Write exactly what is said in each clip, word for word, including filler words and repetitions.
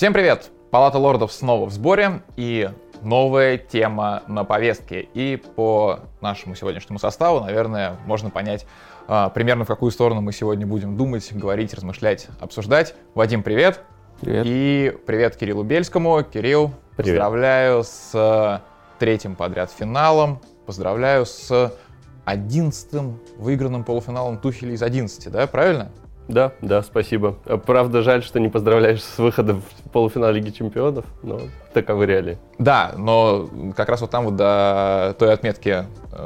Всем привет! Палата лордов снова в сборе и новая тема на повестке. И по нашему сегодняшнему составу, наверное, можно понять а, примерно в какую сторону мы сегодня будем думать, говорить, размышлять, обсуждать. Вадим, привет! Привет. И привет Кириллу Бельскому. Кирилл, Привет. Поздравляю с третьим подряд финалом. Поздравляю с одиннадцатым выигранным полуфиналом Тухеля из одиннадцати, да, правильно? Да, да, спасибо. Правда, жаль, что не поздравляешь с выходом в полуфинал Лиги Чемпионов, но таковы реалии. Да, но как раз вот там вот до той отметки,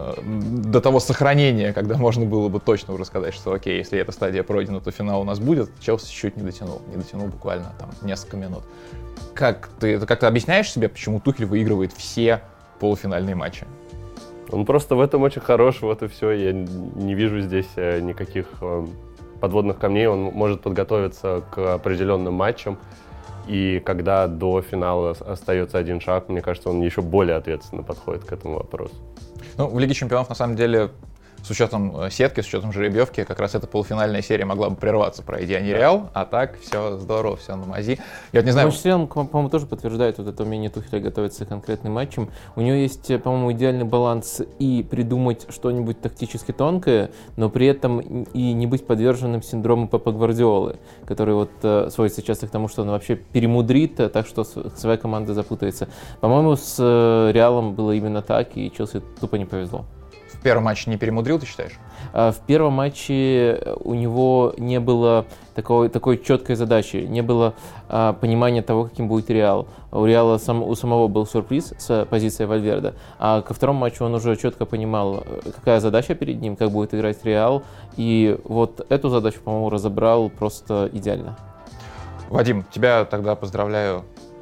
до того сохранения, когда можно было бы точно уже сказать, что окей, если эта стадия пройдена, то финал у нас будет, Челси чуть не дотянул, не дотянул буквально там несколько минут. Как ты, как ты объясняешь себе, почему Тухель выигрывает все полуфинальные матчи? Он просто в этом очень хорош, вот и все. Я не вижу здесь никаких подводных камней. Он может подготовиться к определенным матчам. И когда до финала остается один шаг, мне кажется, он еще более ответственно подходит к этому вопросу. Ну, в Лиге Чемпионов, на самом деле, с учетом сетки, с учетом жеребьевки, как раз эта полуфинальная серия могла бы прерваться, пройдя не Реал, а так все здорово, все на мази. Я вот не знаю... Матч с Реалом, по-моему, тоже подтверждает вот это умение Тухеля готовиться к конкретным матчам. У него есть, по-моему, идеальный баланс и придумать что-нибудь тактически тонкое, но при этом и не быть подверженным синдрому Пепа Гвардиолы, который вот э, сводится часто к тому, что он вообще перемудрит, так что своя команда запутается. По-моему, с э, Реалом было именно так, и Челси тупо не повезло. В первом матче не перемудрил, ты считаешь? В первом матче у него не было такой, такой четкой задачи, не было а, понимания того, каким будет Реал. У Реала сам, у самого был сюрприз с позицией Вальверде, а ко второму матчу он уже четко понимал, какая задача перед ним, как будет играть Реал, и вот эту задачу, по-моему, разобрал просто идеально. Вадим, тебя тогда поздравляю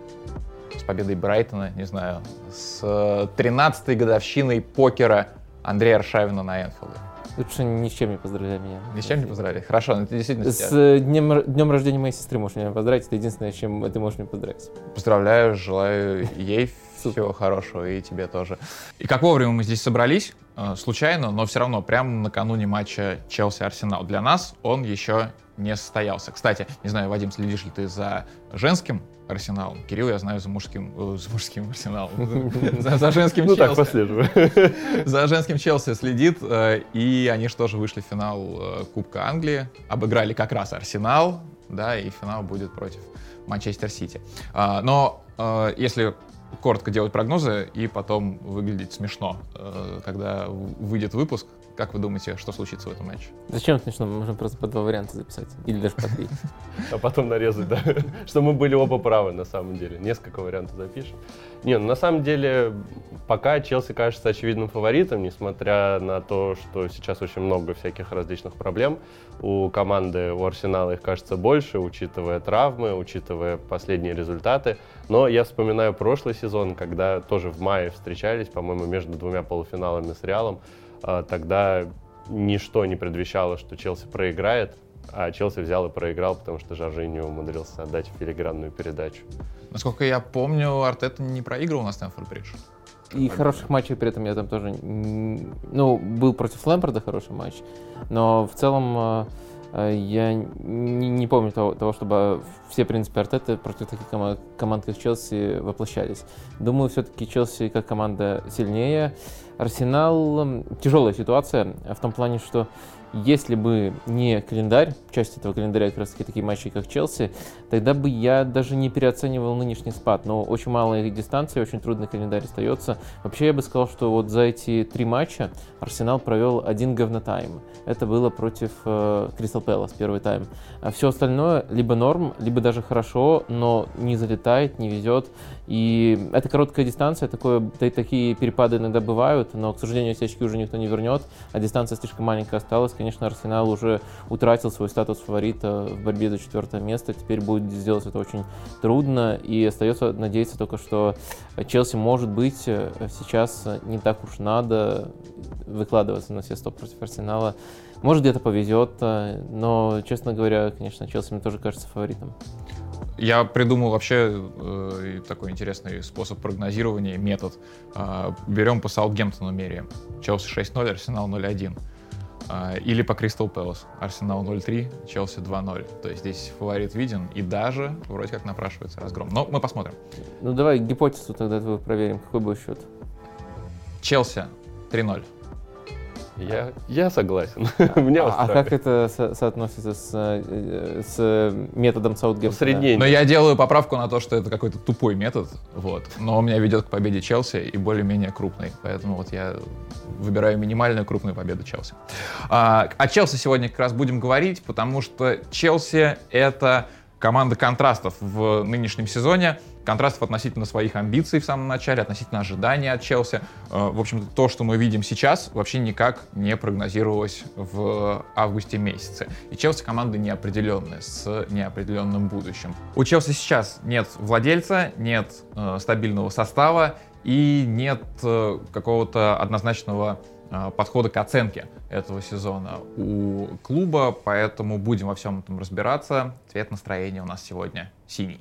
с победой Брайтона, не знаю, с тринадцатой годовщиной покера Андрея Аршавина на Энфилде. Лучше ни с чем не поздравляй меня. Ни с чем не поздравляй? Хорошо, но это действительно... С тебя... днем, днем рождения моей сестры можешь меня поздравить. Это единственное, чем ты можешь меня поздравить. Поздравляю, желаю ей всего хорошего и тебе тоже. И как вовремя мы здесь собрались, случайно, но все равно прямо накануне матча Челси-Арсенал. Для нас он еще не состоялся. Кстати, не знаю, Вадим, следишь ли ты за женским Арсеналом? Кирилл, я знаю, за мужским, э, за мужским Арсеналом, за, за женским Челси. Ну так, последовательно. За женским Челси следит, э, и они же тоже вышли в финал э, Кубка Англии, обыграли как раз Арсенал, да, и финал будет против Манчестер Сити. А, но э, если коротко делать прогнозы и потом выглядеть смешно, э, когда выйдет выпуск, как вы думаете, что случится в этом матче? Зачем смешно? Мы можем просто по два варианта записать. Или даже по три. А потом нарезать, да. Что мы были оба правы, на самом деле. Несколько вариантов запишем. Не, ну на самом деле, пока Челси кажется очевидным фаворитом, несмотря на то, что сейчас очень много всяких различных проблем. У команды, у Арсенала их кажется больше, учитывая травмы, учитывая последние результаты. Но я вспоминаю прошлый сезон, когда тоже в мае встречались, по-моему, между двумя полуфиналами с Реалом. Тогда ничто не предвещало, что Челси проиграет, а Челси взял и проиграл, потому что Жоржиньо умудрился отдать филигранную передачу. Насколько я помню, Артета не проигрывал на Стэмфорд-Бридж. И хороших матчей при этом я там тоже... Ну, был против Лэмпарда хороший матч, но в целом я не, не помню того, того, чтобы все принципы Артеты против таких ком- команд, как Челси, воплощались. Думаю, все-таки Челси как команда сильнее. Арсенал — тяжелая ситуация в том плане, что если бы не календарь, часть этого календаря как раз таки такие матчи, как Челси, тогда бы я даже не переоценивал нынешний спад. Но очень малая дистанция, очень трудный календарь остается. Вообще я бы сказал, что вот за эти три матча Арсенал провел один говнотайм. Это было против Кристал э, Пэлас, первый тайм. А все остальное либо норм, либо даже хорошо, но не залетает, не везет. И это короткая дистанция, такое, такие перепады иногда бывают, но, к сожалению, эти очки уже никто не вернет, а дистанция слишком маленькая осталась. Конечно, Арсенал уже утратил свой статус фаворита в борьбе за четвертое место, теперь будет сделать это очень трудно, и остается надеяться только, что Челси, может быть, сейчас не так уж надо выкладываться на все сто против Арсенала. Может, где-то повезет, но, честно говоря, конечно, Челси мне тоже кажется фаворитом. Я придумал вообще э, такой интересный способ прогнозирования, метод. Э, берем по Саутгемптону меряем. Челси шесть ноль, Арсенал ноль один. или по Кристал Пэлас. Арсенал ноль три, Челси два ноль. То есть здесь фаворит виден и даже вроде как напрашивается разгром. Но мы посмотрим. Ну давай гипотезу тогда твою проверим. Какой будет счет? Челси три ноль. Я, я согласен. Меня а, а как это со- соотносится с, с методом Саутгемптона? Усреднение. Но я делаю поправку на то, что это какой-то тупой метод, вот. Но он меня ведет к победе Челси и более-менее крупной. Поэтому вот я выбираю минимальную крупную победу Челси. А, о Челси сегодня как раз будем говорить, потому что Челси — это команда контрастов в нынешнем сезоне. Контрастов относительно своих амбиций в самом начале, относительно ожиданий от Челси. В общем-то, то, что мы видим сейчас, вообще никак не прогнозировалось в августе месяце. И Челси команда неопределенная, с неопределенным будущим. У Челси сейчас нет владельца, нет э, стабильного состава и нет э, какого-то однозначного э, подхода к оценке этого сезона у клуба, поэтому будем во всем этом разбираться. Цвет настроения у нас сегодня синий.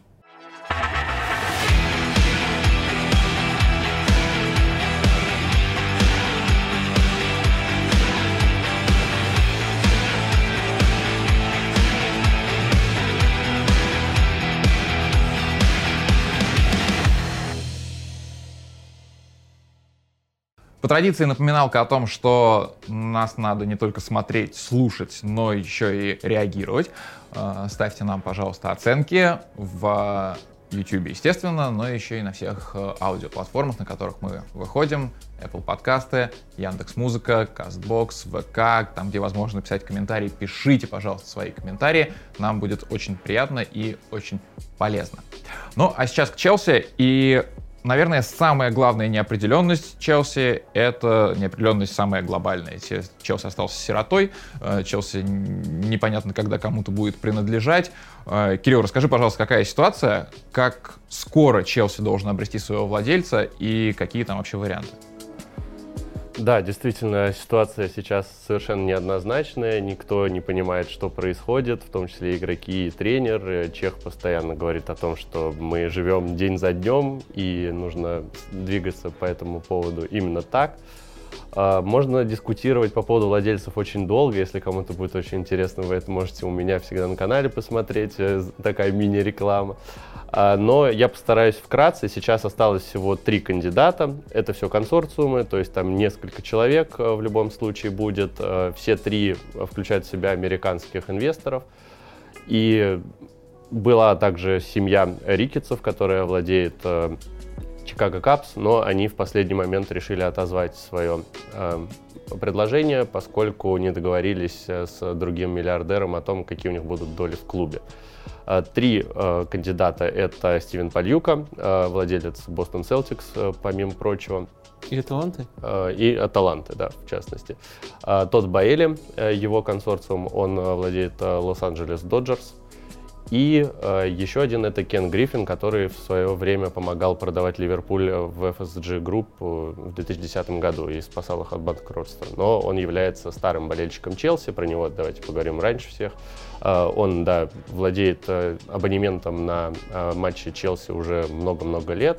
По традиции напоминалка о том, что нас надо не только смотреть, слушать, но еще и реагировать. Ставьте нам, пожалуйста, оценки в YouTube, естественно, но еще и на всех аудиоплатформах, на которых мы выходим. Apple подкасты, Яндекс.Музыка, Castbox, ви кей, там, где возможно написать комментарии. Пишите, пожалуйста, свои комментарии. Нам будет очень приятно и очень полезно. Ну, а сейчас к Челси. И наверное, самая главная неопределенность Челси — это неопределенность самая глобальная. Челси остался сиротой, Челси непонятно, когда кому-то будет принадлежать. Кирилл, расскажи, пожалуйста, какая ситуация, как скоро Челси должен обрести своего владельца и какие там вообще варианты? Да, действительно, ситуация сейчас совершенно неоднозначная, никто не понимает, что происходит, в том числе игроки и тренер. Чех постоянно говорит о том, что мы живем день за днем и нужно двигаться по этому поводу именно так. Можно дискутировать по поводу владельцев очень долго, если кому-то будет очень интересно, вы это можете у меня всегда на канале посмотреть, такая мини-реклама. Но я постараюсь вкратце. Сейчас осталось всего три кандидата. Это все консорциумы, то есть там несколько человек в любом случае будет. Все три включают в себя американских инвесторов. И была также семья Рикетсов, которая владеет Чикаго Капс, но они в последний момент решили отозвать свое предложение, поскольку не договорились с другим миллиардером о том, какие у них будут доли в клубе. Три э, кандидата — это Стивен Пальюка, э, владелец Бостон Селтикс, э, помимо прочего. И Аталанты? Э, и Аталанты, да, в частности. Э, Тодд Баэли, э, его консорциум, он э, владеет э, Лос-Анджелес Доджерс. И э, еще один — это Кен Гриффин, который в свое время помогал продавать Ливерпуль в эф эс джи Group в две тысячи десятом году и спасал их от банкротства. Но он является старым болельщиком Челси, про него давайте поговорим раньше всех. Э, он, да, владеет э, абонементом на э, матчи Челси уже много-много лет.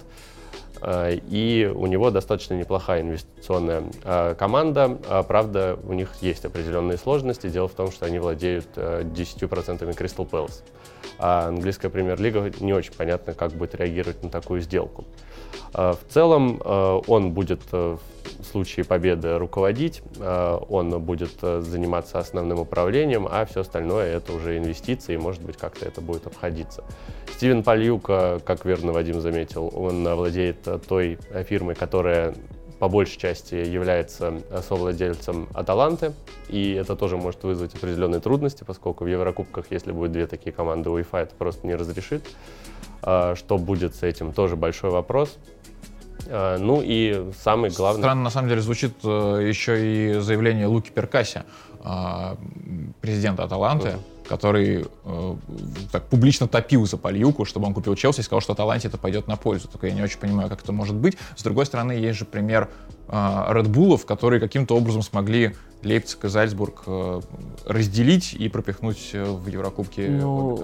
И у него достаточно неплохая инвестиционная э, команда. Правда, у них есть определенные сложности. Дело в том, что они владеют э, десятью процентами Кристал Пэлас. А английская премьер-лига не очень понятно, как будет реагировать на такую сделку. Э, в целом, э, он будет э, в случае победы руководить, э, он будет э, заниматься основным управлением, а все остальное — это уже инвестиции, и, может быть, как-то это будет обходиться. Стивен Пальюка, как верно Вадим заметил, он владеет той фирмой, которая по большей части является совладельцем Аталанты, и это тоже может вызвать определенные трудности, поскольку в Еврокубках, если будет две такие команды, УЕФА это просто не разрешит. Что будет с этим, тоже большой вопрос. Ну и самый главный... Странно, на самом деле, звучит еще и заявление Луки Перкаси, президента Аталанты, uh-huh. который э, так публично топил за Пальюку, чтобы он купил Челси, и сказал, что Аталанте это пойдет на пользу. Только я не очень понимаю, как это может быть. С другой стороны, есть же пример Редбулов, э, которые каким-то образом смогли Лейпциг и Зальцбург э, разделить и пропихнуть в Еврокубке ну, обе команды.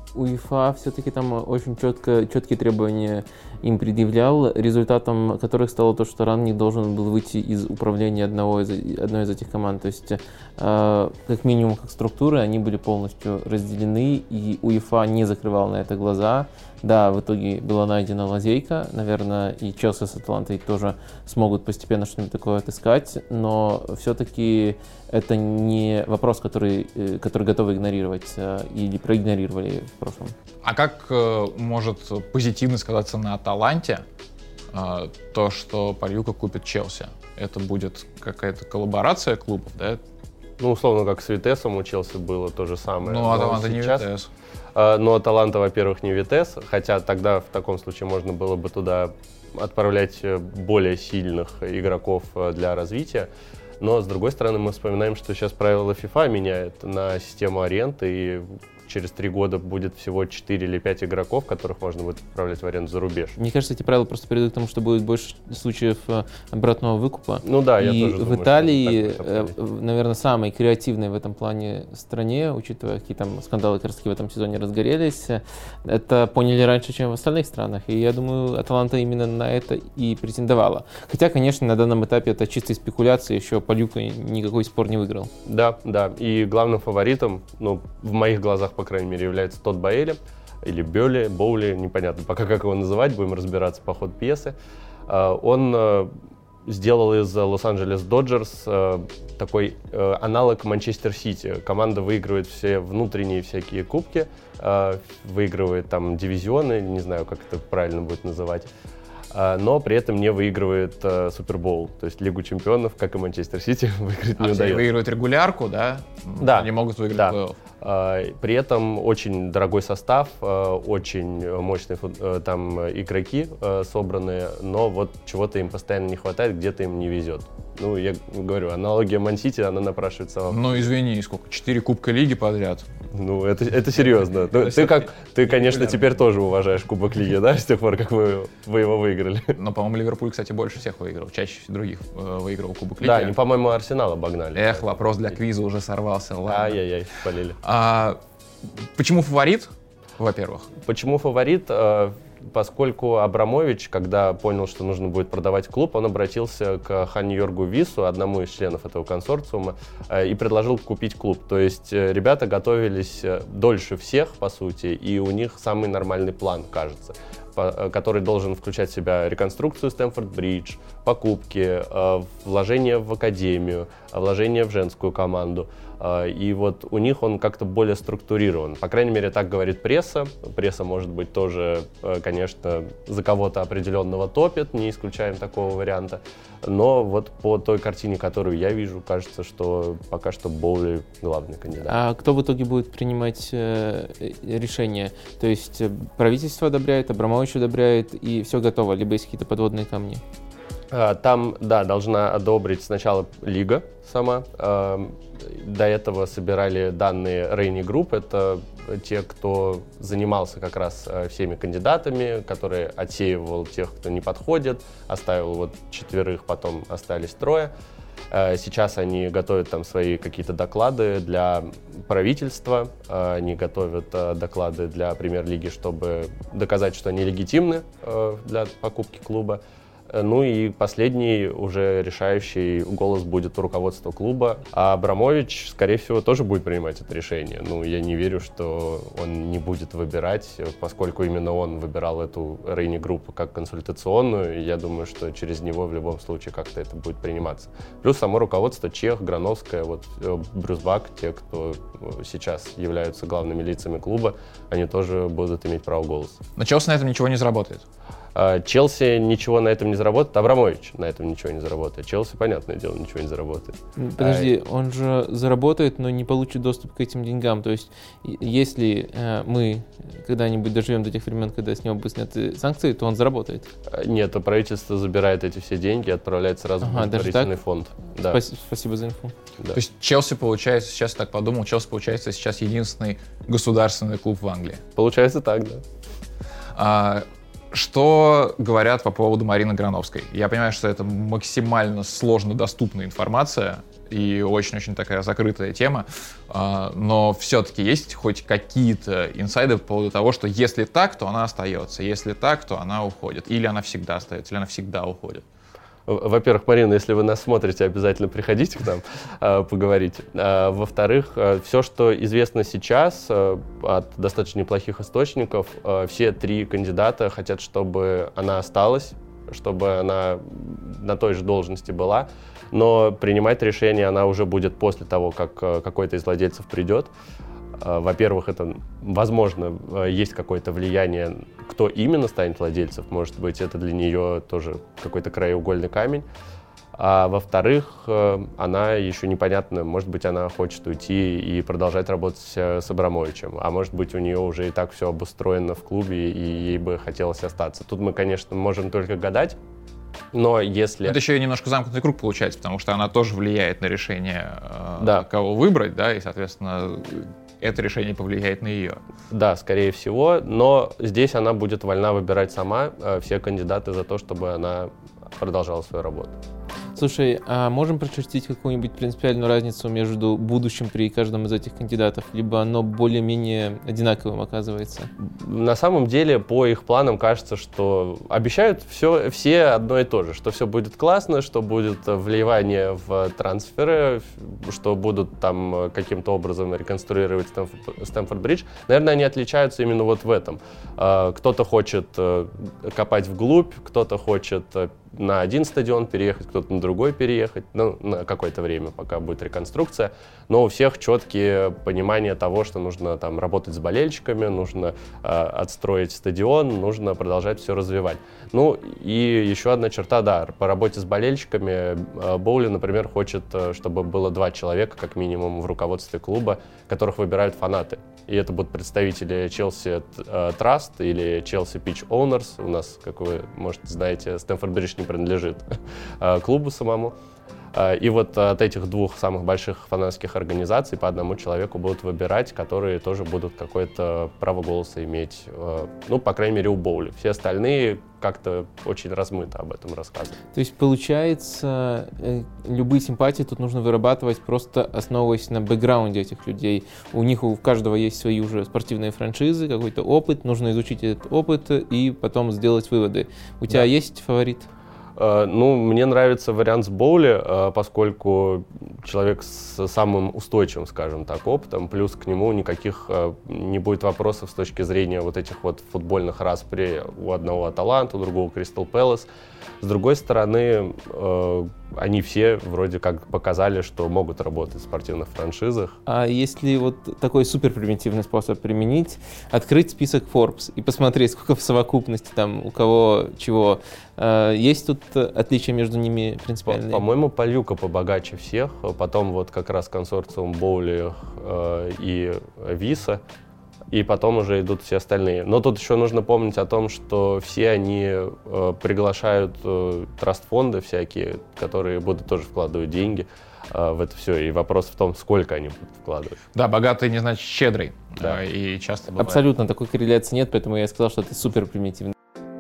УЕФА все-таки там очень четко, четкие требования им предъявлял, результатом которых стало то, что Рангник должен был выйти из управления одного из, одной из этих команд. То есть, э, как минимум, как структуры, они были полностью разделены, и УЕФА не закрывал на это глаза. Да, в итоге была найдена лазейка, наверное, и Челси с Аталантой тоже смогут постепенно что-нибудь такое отыскать, но все-таки это не вопрос, который, который готовы игнорировать или проигнорировали в прошлом. А как э, может позитивно сказаться на Аталанте э, то, что Пальюка купит Челси? Это будет какая-то коллаборация клубов, да? Ну, условно, как с Витесом у Челси было то же самое. Ну, Аталанта не Витес. Э, ну, Аталанта, во-первых, не Витес, хотя тогда в таком случае можно было бы туда отправлять более сильных игроков для развития. Но, с другой стороны, мы вспоминаем, что сейчас правила FIFA меняют на систему аренды, и через три года будет всего четыре или пять игроков, которых можно будет отправлять в аренду за рубеж. Мне кажется, эти правила просто приведут к тому, что будет больше случаев обратного выкупа. Ну да, я и тоже думаю, в Италии, что наверное, самой креативной в этом плане стране, учитывая, какие там скандалы как раз в этом сезоне разгорелись, это поняли раньше, чем в остальных странах. И я думаю, Аталанта именно на это и претендовала. Хотя, конечно, на данном этапе это чистая спекуляция, еще Пальюка никакой спор не выиграл. Да, да. И главным фаворитом, ну, в моих глазах, по крайней мере, является Тодд Боэли, или Бёли, Боули, непонятно пока, как его называть, будем разбираться по ходу пьесы. Он сделал из Лос-Анджелес Доджерс такой аналог Манчестер Сити. Команда выигрывает все внутренние всякие кубки, выигрывает там дивизионы, не знаю, как это правильно будет называть, но при этом не выигрывает э, Супербоул. То есть Лигу чемпионов, как и Манчестер Сити, выиграть не а удается. Выигрывают регулярку, да? Да. Они могут выиграть да. плей-офф. Э, при этом очень дорогой состав, э, очень мощные э, там игроки э, собранные, но вот чего-то им постоянно не хватает, где-то им не везет. Ну, я говорю, аналогия Ман-Сити, она напрашивается вам. Ну, извини, сколько? Четыре Кубка Лиги подряд? Ну, это, это серьезно. Ты, ты, как, ты, конечно, теперь тоже уважаешь Кубок Лиги, да, с тех пор, как вы, вы его выиграли. Но, по-моему, Ливерпуль, кстати, больше всех выиграл. Чаще других выиграл Кубок Лиги. Да, они, по-моему, Арсенал обогнали. Эх, вопрос для квиза уже сорвался. Ладно. Ай-яй-яй, спалили. А, почему фаворит, во-первых? Почему фаворит? Поскольку Абрамович, когда понял, что нужно будет продавать клуб, он обратился к Хан-Йоргу Вису, одному из членов этого консорциума, и предложил купить клуб. То есть ребята готовились дольше всех, по сути, и у них самый нормальный план, кажется, который должен включать в себя реконструкцию Стэмфорд-Бридж, покупки, вложения в академию, вложения в женскую команду. И вот у них он как-то более структурирован. По крайней мере, так говорит пресса. Пресса, может быть, тоже, конечно, за кого-то определенного топит, не исключаем такого варианта. Но вот по той картине, которую я вижу, кажется, что пока что Боули главный кандидат. А кто в итоге будет принимать э, решение? То есть правительство одобряет, Абрамович одобряет, и все готово, либо есть какие-то подводные камни? Там, да, должна одобрить сначала Лига сама. До этого собирали данные Rainy Group. Это те, кто занимался как раз всеми кандидатами, которые отсеивал тех, кто не подходит, оставил вот четверых, потом остались трое. Сейчас они готовят там свои какие-то доклады для правительства, они готовят доклады для премьер-лиги, чтобы доказать, что они легитимны для покупки клуба. Ну и последний, уже решающий голос будет у руководства клуба. А Абрамович, скорее всего, тоже будет принимать это решение. Ну, я не верю, что он не будет выбирать, поскольку именно он выбирал эту Rainy Group как консультационную. И я думаю, что через него в любом случае как-то это будет приниматься. Плюс само руководство, Чех, Грановская, вот Брюс Бак, те, кто сейчас являются главными лицами клуба, они тоже будут иметь право голоса. Но Челси на этом ничего не заработает? Челси ничего на этом не заработает, Абрамович на этом ничего не заработает. Челси, понятное дело, ничего не заработает. Подожди, а... он же заработает, но не получит доступ к этим деньгам. То есть, если э, мы когда-нибудь доживем до тех времен, когда с него будут сняты санкции, то он заработает. Нет, а правительство забирает эти все деньги и отправляет сразу ага, в благотворительный фонд. Да. Спас- спасибо за инфу. Да. То есть Челси, получается, сейчас так подумал, Челси, получается, сейчас единственный государственный клуб в Англии. Получается так, да. А... Что говорят по поводу Марины Грановской? Я понимаю, что это максимально сложно доступная информация. и очень-очень такая закрытая тема, но все-таки есть хоть какие-то инсайды по поводу того, что если так, то она остается, если так, то она уходит, или она всегда остается, или она всегда уходит. Во-первых, Марина, если вы нас смотрите, обязательно приходите к нам э, поговорить. Э, во-вторых, э, все, что известно сейчас э, от достаточно неплохих источников, э, все три кандидата хотят, чтобы она осталась, чтобы она на той же должности была, но принимать решение она уже будет после того, как э, какой-то из владельцев придет. Во-первых, это, возможно, есть какое-то влияние, кто именно станет владельцем. Может быть, это для нее тоже какой-то краеугольный камень. А во-вторых, она еще непонятно, может быть, она хочет уйти и продолжать работать с Абрамовичем. А может быть, у нее уже и так все обустроено в клубе, и ей бы хотелось остаться. Тут мы, конечно, можем только гадать. Но если... Это еще и немножко замкнутый круг получается, потому что она тоже влияет на решение, да. кого выбрать, да, и, соответственно, это решение повлияет на ее. Да, скорее всего, но здесь она будет вольна выбирать сама. Все кандидаты за то, чтобы она продолжала свою работу. Слушай, а можем прочертить какую-нибудь принципиальную разницу между будущим при каждом из этих кандидатов? Либо оно более-менее одинаковым оказывается? На самом деле, по их планам кажется, что обещают все, все одно и то же, что все будет классно, что будет вливание в трансферы, что будут там каким-то образом реконструировать Стэмфорд-Бридж. Наверное, они отличаются именно вот в этом. Кто-то хочет копать вглубь, кто-то хочет на один стадион переехать, кто-то на другой переехать, ну, на какое-то время, пока будет реконструкция, но у всех четкие понимания того, что нужно там работать с болельщиками, нужно э, отстроить стадион, нужно продолжать все развивать. Ну, и еще одна черта, да, по работе с болельщиками э, Боули, например, хочет, чтобы было два человека, как минимум, в руководстве клуба, которых выбирают фанаты. И это будут представители Chelsea Trust или Chelsea Pitch Owners. У нас, как вы, может, знаете, Стэмфорд-Бридж не принадлежит клубу самому. И вот от этих двух самых больших фанатских организаций по одному человеку будут выбирать, которые тоже будут какое-то право голоса иметь, ну, по крайней мере, у Боули. Все остальные как-то очень размыто об этом рассказывают. То есть, получается, любые симпатии тут нужно вырабатывать, просто основываясь на бэкграунде этих людей. У них у каждого есть свои уже спортивные франшизы, какой-то опыт, нужно изучить этот опыт и потом сделать выводы. У Да. тебя есть фаворит? Ну, мне нравится вариант с Боули, поскольку человек с самым устойчивым, скажем так, опытом, плюс к нему никаких не будет вопросов с точки зрения вот этих вот футбольных распри у одного Аталанта, у другого Кристал Пэлас. С другой стороны, они все вроде как показали, что могут работать в спортивных франшизах. А если вот такой супер примитивный способ применить, открыть список Forbes и посмотреть, сколько в совокупности там у кого чего, есть тут отличия между ними принципиальные? По- по-моему, Пальюка побогаче всех, потом вот как раз консорциум Боули э, и Виса, и потом уже идут все остальные. Но тут еще нужно помнить о том, что все они э, приглашают э, траст-фонды всякие, которые будут тоже вкладывать деньги э, в это все. И вопрос в том, сколько они будут вкладывать. Да, богатый не значит щедрый. Да. И часто бывает. Абсолютно, такой корреляции нет, поэтому я сказал, что это супер примитивно.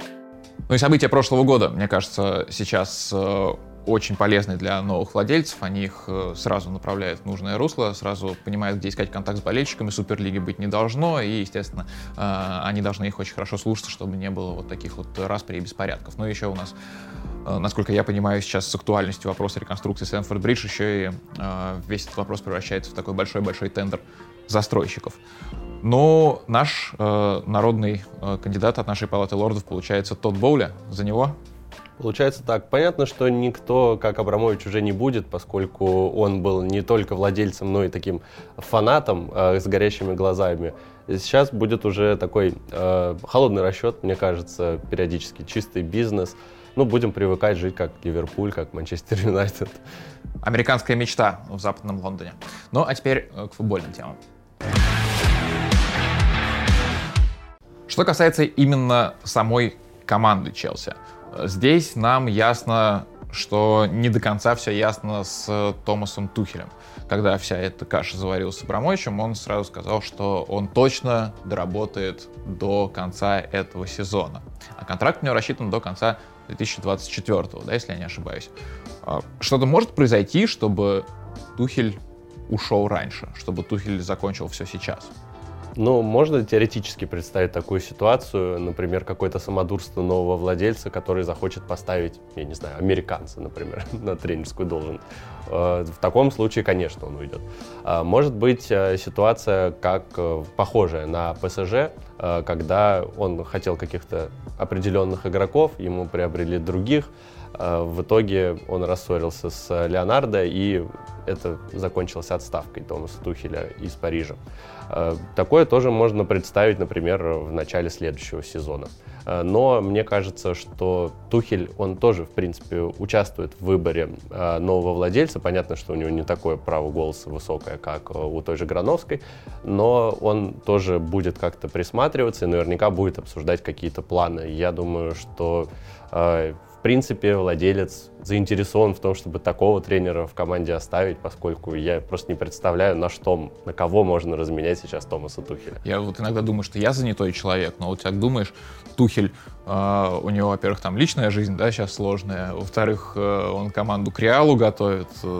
Ну и события прошлого года, мне кажется, сейчас э, очень полезны для новых владельцев. Они их э, сразу направляют в нужное русло, сразу понимают, где искать контакт с болельщиками. Суперлиги быть не должно, и, естественно, э, они должны их очень хорошо слушаться, чтобы не было вот таких вот распри и беспорядков. Ну и еще у нас, э, насколько я понимаю, сейчас с актуальностью вопроса реконструкции Стэмфорд-Бридж еще и э, весь этот вопрос превращается в такой большой-большой тендер застройщиков. Но наш э, народный э, кандидат от нашей палаты лордов получается Тодд Боули. За него? Получается так. Понятно, что никто, как Абрамович, уже не будет, поскольку он был не только владельцем, но и таким фанатом э, с горящими глазами. Сейчас будет уже такой э, холодный расчет, мне кажется, периодически чистый бизнес. Ну, будем привыкать жить как Ливерпуль, как Манчестер Юнайтед. Американская мечта в западном Лондоне. Ну, а теперь э, к футбольным темам. Что касается именно самой команды Челси, здесь нам ясно, что не до конца все ясно с Томасом Тухелем. Когда вся эта каша заварилась с Абрамовичем, он сразу сказал, что он точно доработает до конца этого сезона. А контракт у него рассчитан до конца две тысячи двадцать четвёртого, да, если я не ошибаюсь. Что-то может произойти, чтобы Тухель ушел раньше, чтобы Тухель закончил все сейчас? Ну, можно теоретически представить такую ситуацию, например, какое-то самодурство нового владельца, который захочет поставить, я не знаю, американца, например, на тренерскую должность. В таком случае, конечно, он уйдет. Может быть ситуация как похожая на ПСЖ, когда он хотел каких-то определенных игроков, ему приобрели других. В итоге он рассорился с Леонардо, и это закончилось отставкой Томаса Тухеля из Парижа. Такое тоже можно представить, например, в начале следующего сезона. Но мне кажется, что Тухель, он тоже, в принципе, участвует в выборе нового владельца. Понятно, что у него не такое право голоса высокое, как у той же Грановской, но он тоже будет как-то присматриваться и наверняка будет обсуждать какие-то планы. Я думаю, что в принципе, владелец заинтересован в том, чтобы такого тренера в команде оставить, поскольку я просто не представляю, на что, на кого можно разменять сейчас Томаса Тухеля. Я вот иногда думаю, что я занятой человек, но вот как думаешь, Тухель, э, у него, во-первых, там личная жизнь, да, сейчас сложная, во-вторых, э, он команду к Реалу готовит э,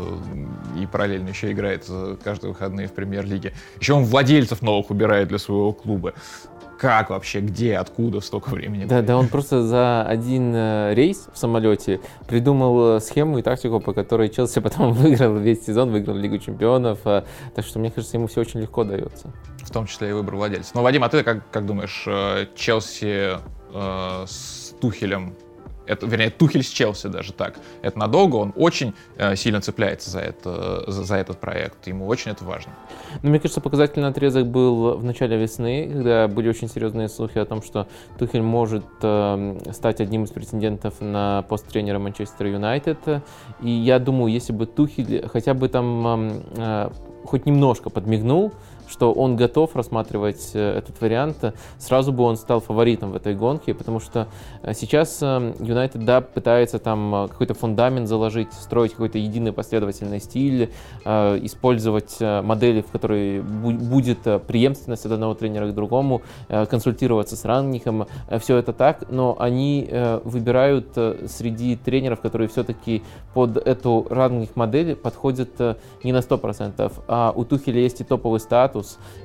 и параллельно еще играет э, каждые выходные в премьер-лиге. Еще он владельцев новых убирает для своего клуба. Как вообще, где, откуда столько времени? Да, да, он просто за один э, рейс в самолете придумал схему и тактику, по которой Челси потом выиграл весь сезон, выиграл Лигу чемпионов. Э, так что, мне кажется, ему все очень легко дается. В том числе и выбор владельца. Но, Вадим, а ты как, как думаешь, э, Челси э, с Тухелем, это, вернее, Тухель с Челси даже так, это надолго? Он очень э, сильно цепляется за, это, за, за этот проект, ему очень это важно. Ну, мне кажется, показательный отрезок был в начале весны, когда были очень серьезные слухи о том, что Тухель может э, стать одним из претендентов на пост тренера Манчестер Юнайтед. И я думаю, если бы Тухель хотя бы там э, хоть немножко подмигнул, что он готов рассматривать этот вариант, сразу бы он стал фаворитом в этой гонке, потому что сейчас Юнайтед, да, пытается там какой-то фундамент заложить, строить какой-то единый последовательный стиль, использовать модели, в которой будет преемственность от одного тренера к другому, консультироваться с Рангником, все это так, но они выбирают среди тренеров, которые все-таки под эту Рангник-модель подходят не на сто процентов, а у Тухеля есть и топовый статус,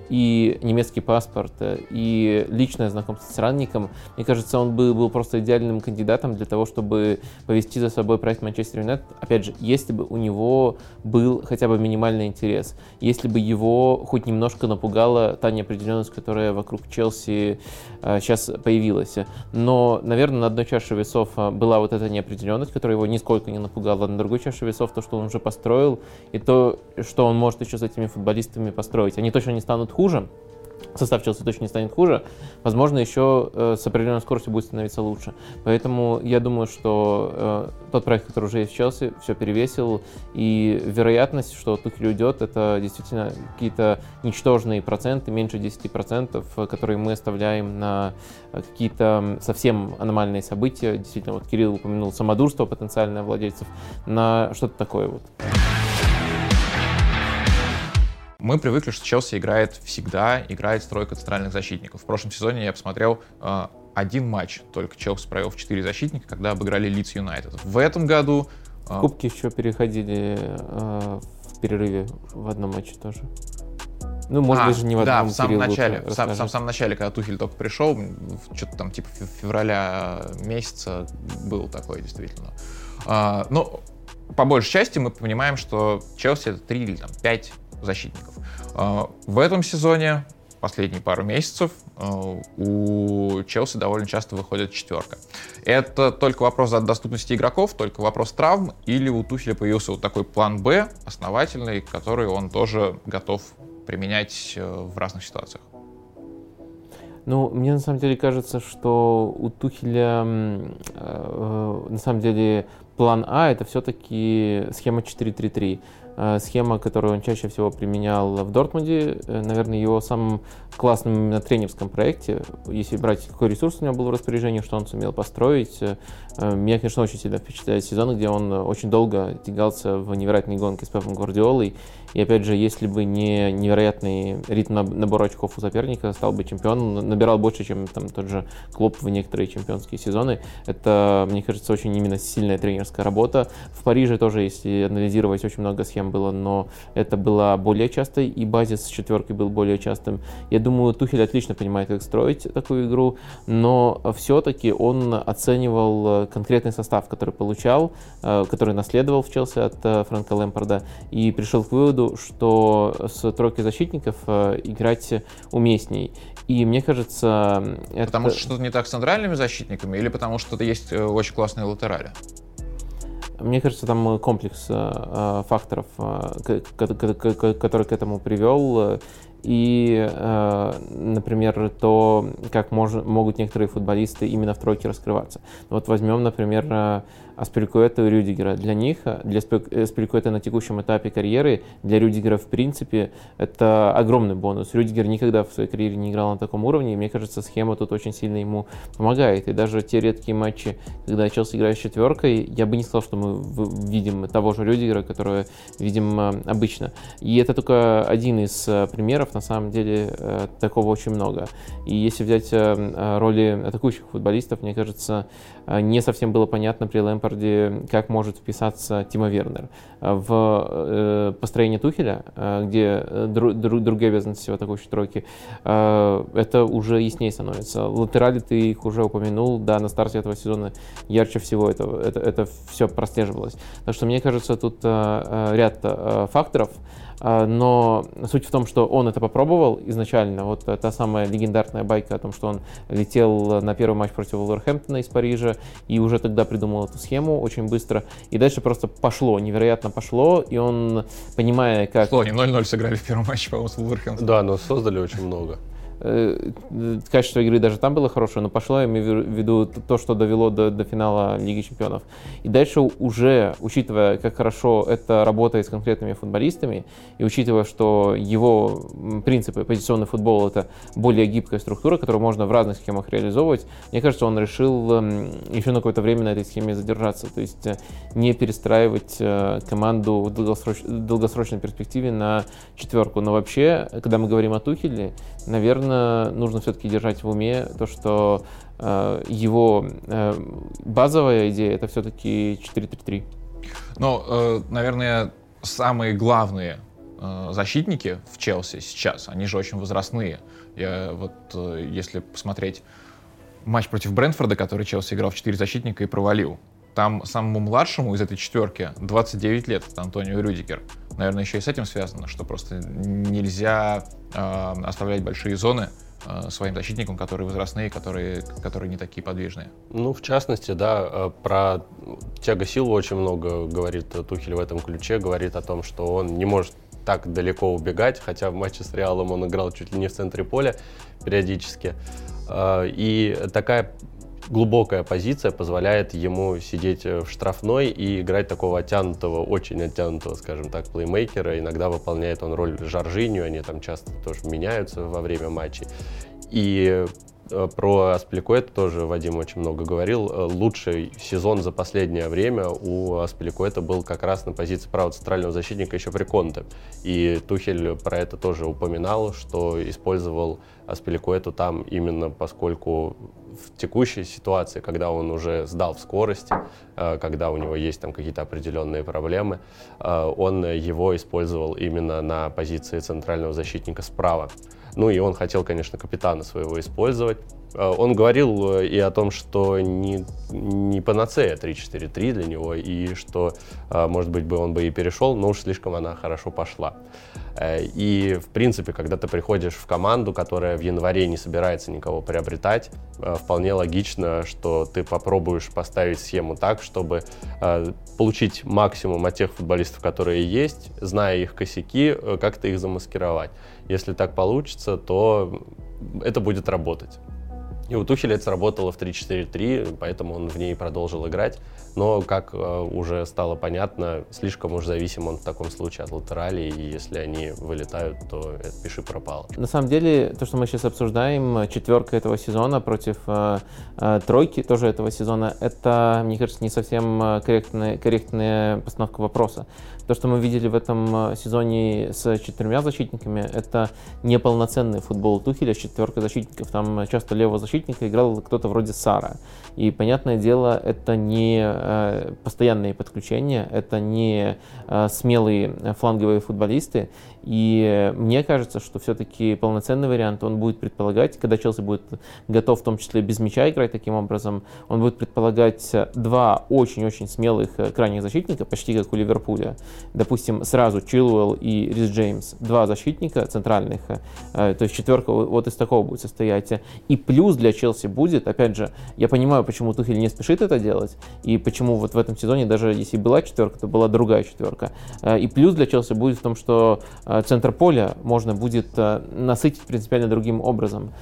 и немецкий паспорт, и личное знакомство с Рангником. Мне кажется, он был, был просто идеальным кандидатом для того, чтобы повести за собой проект Манчестер Юнайтед. Опять же, если бы у него был хотя бы минимальный интерес, если бы его хоть немножко напугала та неопределенность, которая вокруг Челси э, сейчас появилась. Но, наверное, на одной чаше весов была вот эта неопределенность, которая его нисколько не напугала, а на другой чаше весов то, что он уже построил, и то, что он может еще с этими футболистами построить. Они точно не станут хуже, состав Челси точно не станет хуже, возможно, еще э, с определенной скоростью будет становиться лучше. Поэтому я думаю, что э, тот проект, который уже есть в Челси, все перевесил, и вероятность, что Тухель уйдет, это действительно какие-то ничтожные проценты, меньше десяти процентов, которые мы оставляем на какие-то совсем аномальные события. Действительно, вот Кирилл упомянул самодурство потенциальное владельцев, на что-то такое вот. Мы привыкли, что Челси играет всегда, играет с тройкой центральных защитников. В прошлом сезоне я посмотрел э, один матч, только Челси провел в четыре защитника, когда обыграли Лидс Юнайтед. В этом году... Э, Кубки еще переходили э, в перерыве в одном матче тоже. Ну, может а, быть, же не в одном. Да, в самом начале, в сам, сам, самом начале, когда Тухель только пришел, что-то там типа февраля месяца был такой действительно. Э, ну, по большей части мы понимаем, что Челси это три или там, пять защитников. В этом сезоне, последние пару месяцев, у Челси довольно часто выходит четверка. Это только вопрос доступности игроков, только вопрос травм, или у Тухеля появился вот такой план Б, основательный, который он тоже готов применять в разных ситуациях? Ну, мне на самом деле кажется, что у Тухеля э, на самом деле план А — это все-таки схема четыре три три. Схема, которую он чаще всего применял в Дортмунде, наверное, его самым классным именно тренерском проекте, если брать, какой ресурс у него был в распоряжении, что он сумел построить. Меня, конечно, очень сильно впечатляет сезон, где он очень долго тягался в невероятной гонке с Пепом Гвардиолой. И опять же, если бы не невероятный ритм набора очков у соперника, стал бы чемпионом, набирал больше, чем там тот же Клоп в некоторые чемпионские сезоны. Это, мне кажется, очень именно сильная тренерская работа. В Париже тоже, если анализировать, очень много схем схем было, но это было более часто, и базис четверки был более частым. Я думаю, Тухель отлично понимает, как строить такую игру, но все-таки он оценивал конкретный состав, который получал, который наследовал в Челси от Фрэнка Лэмпарда, и пришел к выводу, что с тройкой защитников играть уместней. И мне кажется, это... Потому что что-то не так с центральными защитниками или потому что есть очень классные латерали? Мне кажется, там комплекс э, факторов, э, который к этому привел. И, э, например, то, как мож, могут некоторые футболисты именно в тройке раскрываться. Вот возьмем, например, Аспиликуэта и Рюдигера. Для них, для Аспиликуэта на текущем этапе карьеры, для Рюдигера в принципе это огромный бонус. Рюдигер никогда в своей карьере не играл на таком уровне, и мне кажется, схема тут очень сильно ему помогает. И даже те редкие матчи, когда Челси играет с четверкой, я бы не сказал, что мы видим того же Рюдигера, которого видим обычно. И это только один из примеров, на самом деле такого очень много. И если взять роли атакующих футболистов, мне кажется, не совсем было понятно при Лэмпарде, как может вписаться Тимо Вернер в э, построение Тухеля, э, где дру, дру, другие обязанности в атакующей тройке. Э, это уже яснее становится. Латерали ты их уже упомянул, да, на старте этого сезона ярче всего это, это, это все прослеживалось. Так что мне кажется, тут э, ряд э, факторов. Но суть в том, что он это попробовал изначально. Вот та самая легендарная байка о том, что он летел на первый матч против Вулверхэмптона из Парижа и уже тогда придумал эту схему очень быстро. И дальше просто пошло, невероятно пошло. И он, понимая, как... Шло, они ноль-ноль сыграли в первом матче, по-моему, с Вулверхэмптоном. Да, но создали очень много. Качество игры даже там было хорошее, но пошло, я имею в виду то, что довело до, до финала Лиги Чемпионов. И дальше уже, учитывая, как хорошо это работает с конкретными футболистами, и учитывая, что его принципы, позиционный футбол — это более гибкая структура, которую можно в разных схемах реализовывать, мне кажется, он решил еще на какое-то время на этой схеме задержаться, то есть не перестраивать команду в долгосроч... долгосрочной перспективе на четверку. Но вообще, когда мы говорим о Тухеле, наверное, нужно все-таки держать в уме то, что э, его э, базовая идея — это все-таки четыре три три. Ну, э, наверное, самые главные э, защитники в Челси сейчас, они же очень возрастные. Я, вот, э, если посмотреть матч против Брентфорда, который Челси играл в четыре защитника и провалил, там самому младшему из этой четверки двадцать девять лет, это Антонио Рюдигер. Наверное, еще и с этим связано, что просто нельзя э, оставлять большие зоны э, своим защитникам, которые возрастные, которые, которые не такие подвижные. Ну, в частности, да, про Тиаго Силву очень много говорит Тухель в этом ключе, говорит о том, что он не может так далеко убегать, хотя в матче с Реалом он играл чуть ли не в центре поля периодически. И такая глубокая позиция позволяет ему сидеть в штрафной и играть такого оттянутого, очень оттянутого, скажем так, плеймейкера. Иногда выполняет он роль Жоржиньо, они там часто тоже меняются во время матчей. И про Аспиликуэта тоже Вадим очень много говорил. Лучший сезон за последнее время у Аспиликуэта был как раз на позиции правого центрального защитника еще при Конте. И Тухель про это тоже упоминал, что использовал Аспиликуэту там именно поскольку в текущей ситуации, когда он уже сдал в скорости, когда у него есть там какие-то определенные проблемы, он его использовал именно на позиции центрального защитника справа. Ну и он хотел, конечно, капитана своего использовать. Он говорил и о том, что не, не панацея три четыре три для него, и что, может быть, бы он бы и перешел, но уж слишком она хорошо пошла. И, в принципе, когда ты приходишь в команду, которая в январе не собирается никого приобретать, вполне логично, что ты попробуешь поставить схему так, чтобы получить максимум от тех футболистов, которые есть, зная их косяки, как-то их замаскировать. Если так получится, то это будет работать. И у Тухеля это сработало в три четыре три, поэтому он в ней продолжил играть. Но, как э, уже стало понятно, слишком уж зависим он в таком случае от латералей, и если они вылетают, то это пиши пропало. На самом деле, то, что мы сейчас обсуждаем, четверка этого сезона против э, э, тройки тоже этого сезона, это, мне кажется, не совсем корректная, корректная постановка вопроса. То, что мы видели в этом сезоне с четырьмя защитниками, это неполноценный футбол Тухеля с четверкой защитников. Там часто левого защитника защитника играл кто-то вроде Сара. И, понятное дело, это не э, постоянные подключения, это не э, смелые фланговые футболисты. И мне кажется, что все-таки полноценный вариант он будет предполагать, когда Челси будет готов в том числе без мяча играть таким образом, он будет предполагать два очень-очень смелых крайних защитника, почти как у Ливерпуля. Допустим, сразу Чилуэлл и Рис Джеймс, два защитника центральных, то есть четверка вот из такого будет состоять. И плюс для Челси будет, опять же, я понимаю, почему Тухель не спешит это делать, и почему вот в этом сезоне, даже если была четверка, то была другая четверка. И плюс для Челси будет в том, что центр поля можно будет насытить принципиально другим образом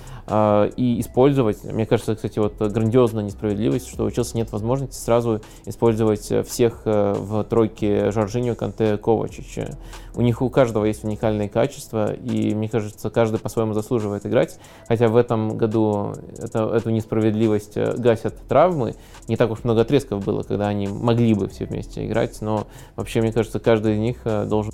и использовать. Мне кажется, кстати, вот грандиозная несправедливость, что у Челси нет возможности сразу использовать всех в тройке Жоржиньо, Канте, Ковачич. У них у каждого есть уникальные качества, и мне кажется, каждый по-своему заслуживает играть. Хотя в этом году это, эту несправедливость гасят травмы. Не так уж много отрезков было, когда они могли бы все вместе играть, но вообще, мне кажется, каждый из них должен...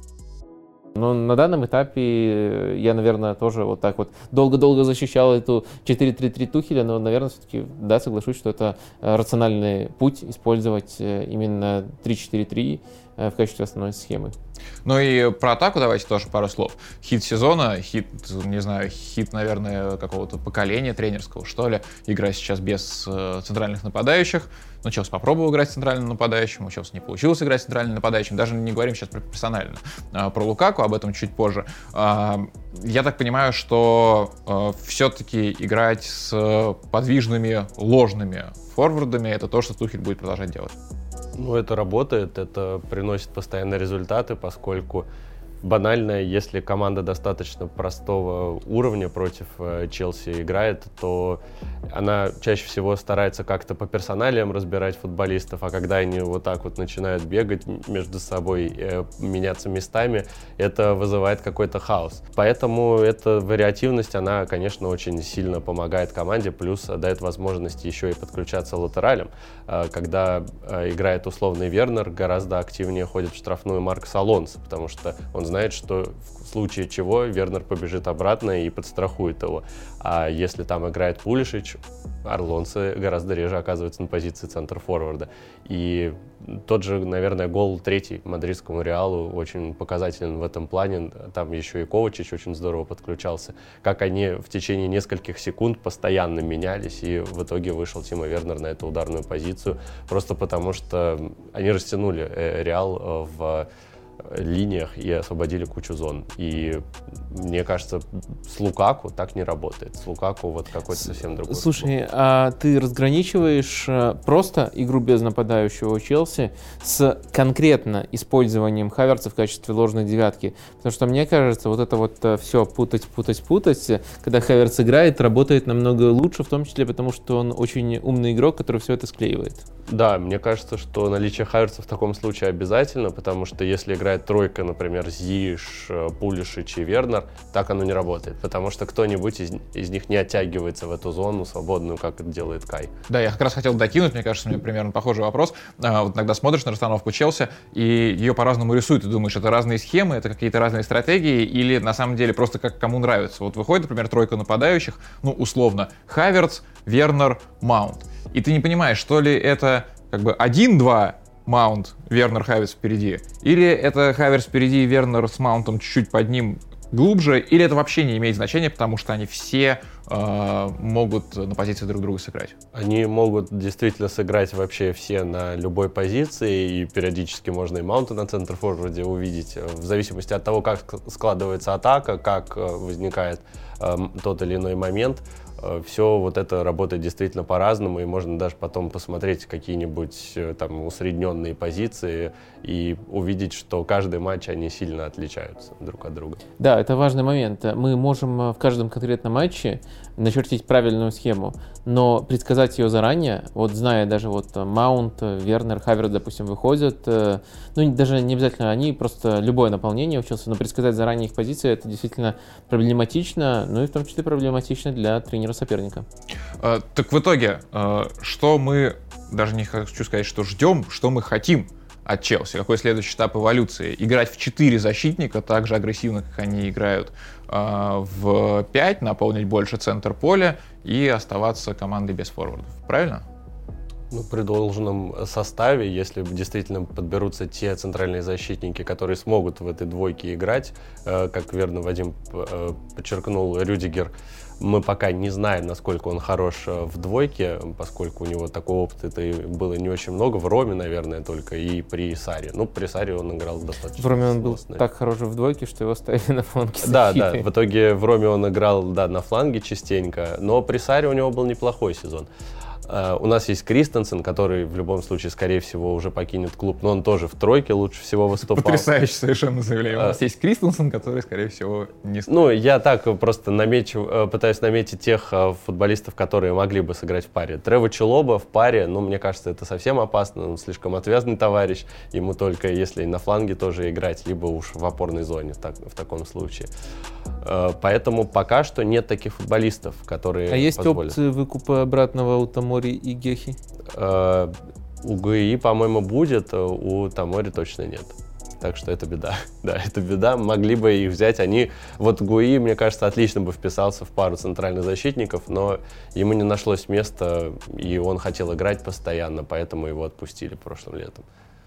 Но на данном этапе я, наверное, тоже вот так вот долго-долго защищал эту четыре три три Тухеля, но, наверное, все-таки, да, соглашусь, что это рациональный путь использовать именно три четыре три в качестве основной схемы. Ну и про атаку давайте тоже пару слов. Хит сезона, хит, не знаю, хит, наверное, какого-то поколения тренерского, что ли. Игра сейчас без э, центральных нападающих. Ну, Челси попробовал играть с центральным нападающим, у Челси не получилось играть с центральным нападающим. Даже не говорим сейчас про персонально. А, про Лукаку, об этом чуть позже. А, я так понимаю, что а, все-таки играть с подвижными ложными форвардами — это то, что Тухель будет продолжать делать. Ну, это работает, это приносит постоянные результаты, поскольку банально, если команда достаточно простого уровня против э, Челси играет, то она чаще всего старается как-то по персоналиям разбирать футболистов, а когда они вот так вот начинают бегать между собой, э, меняться местами, это вызывает какой-то хаос. Поэтому эта вариативность, она, конечно, очень сильно помогает команде, плюс дает возможность еще и подключаться латералем. Э, когда э, играет условный Вернер, гораздо активнее ходит в штрафную Маркос Алонсо, потому что он знает, что в случае чего Вернер побежит обратно и подстрахует его. А если там играет Пулишич, Алонсо гораздо реже оказывается на позиции центр-форварда. И тот же, наверное, гол третий мадридскому Реалу очень показателен в этом плане. Там еще и Ковачич очень здорово подключался. Как они в течение нескольких секунд постоянно менялись, и в итоге вышел Тимо Вернер на эту ударную позицию, просто потому что они растянули Реал в линиях и освободили кучу зон. И мне кажется, с Лукаку так не работает. С Лукаку вот какой-то совсем другой. Слушай, футбол. А ты разграничиваешь просто игру без нападающего у Челси с конкретно использованием Хаверца в качестве ложной девятки? Потому что мне кажется, вот это вот все путать, путать, путать, когда Хаверц играет, работает намного лучше, в том числе потому, что он очень умный игрок, который все это склеивает. Да, мне кажется, что наличие Хаверца в таком случае обязательно, потому что если играет тройка, например, Зиеш, Пулишич и Вернер, так оно не работает, потому что кто-нибудь из, из них не оттягивается в эту зону свободную, как это делает Кай. Да, я как раз хотел докинуть, мне кажется, у меня примерно похожий вопрос. А, вот иногда смотришь на расстановку Челси, и ее по-разному рисуют, и думаешь, это разные схемы, это какие-то разные стратегии, или на самом деле просто как кому нравится. Вот выходит, например, тройка нападающих, ну, условно, Хаверц, Вернер, Маунт. И ты не понимаешь, что ли это как бы один-два Маунт, Вернер, Хаверц впереди, или это Хаверц впереди, Вернер с Маунтом чуть-чуть под ним глубже, или это вообще не имеет значения, потому что они все э, могут на позиции друг друга сыграть. Они могут действительно сыграть вообще все на любой позиции, и периодически можно и Маунта на центр-форварде увидеть, в зависимости от того, как складывается атака, как возникает э, тот или иной момент. Все вот это работает действительно по-разному, и можно даже потом посмотреть какие-нибудь там усредненные позиции и увидеть, что каждый матч, они сильно отличаются друг от друга. Да, это важный момент. Мы можем в каждом конкретном матче начертить правильную схему, но предсказать ее заранее, вот зная даже вот Маунт, Вернер, Хаверц, допустим, выходят, ну даже не обязательно они, просто любое наполнение учился, но предсказать заранее их позиции, это действительно проблематично, ну и в том числе проблематично для тренера соперника. А, так в итоге, а, что мы, даже не хочу сказать, что ждем, что мы хотим от Челси? Какой следующий этап эволюции? Играть в четыре защитника, так же агрессивно, как они играют э, в пять, наполнить больше центр поля и оставаться командой без форвардов. Правильно? Ну, при должном составе, если действительно подберутся те центральные защитники, которые смогут в этой двойке играть, э, как верно Вадим э, подчеркнул, Рюдигер, мы пока не знаем, насколько он хорош в двойке, поскольку у него такого опыта было не очень много. В Роме, наверное, только и при Сарри. Ну, при Сарри он играл достаточно. В Роме он был так хорош в двойке, что его ставили на фланге. Да, да. В итоге в Роме он играл, да, на фланге частенько, но при Сарри у него был неплохой сезон. Uh, у нас есть Кристенсен, который в любом случае, скорее всего, уже покинет клуб, но он тоже в тройке лучше всего выступал. Потрясающее совершенно заявление. Uh, у нас есть Кристенсен, который, скорее всего, не... Ну, я так просто намечу, пытаюсь наметить тех футболистов, которые могли бы сыграть в паре. Трево Чалоба в паре, ну, мне кажется, это совсем опасно, он слишком отвязный товарищ, ему только если на фланге тоже играть, либо уж в опорной зоне в, так, в таком случае. Uh, поэтому пока что нет таких футболистов, которые А есть позволят. Опции выкупа обратного у Тамори и Гехи? Uh, у ГИ, по-моему, будет, у Тамори точно нет. Так что это беда. Да, это беда. Могли бы их взять. Они, вот Гуи, мне кажется, отлично бы вписался в пару центральных защитников, но ему не нашлось места, и он хотел играть постоянно, поэтому его отпустили прошлым летом.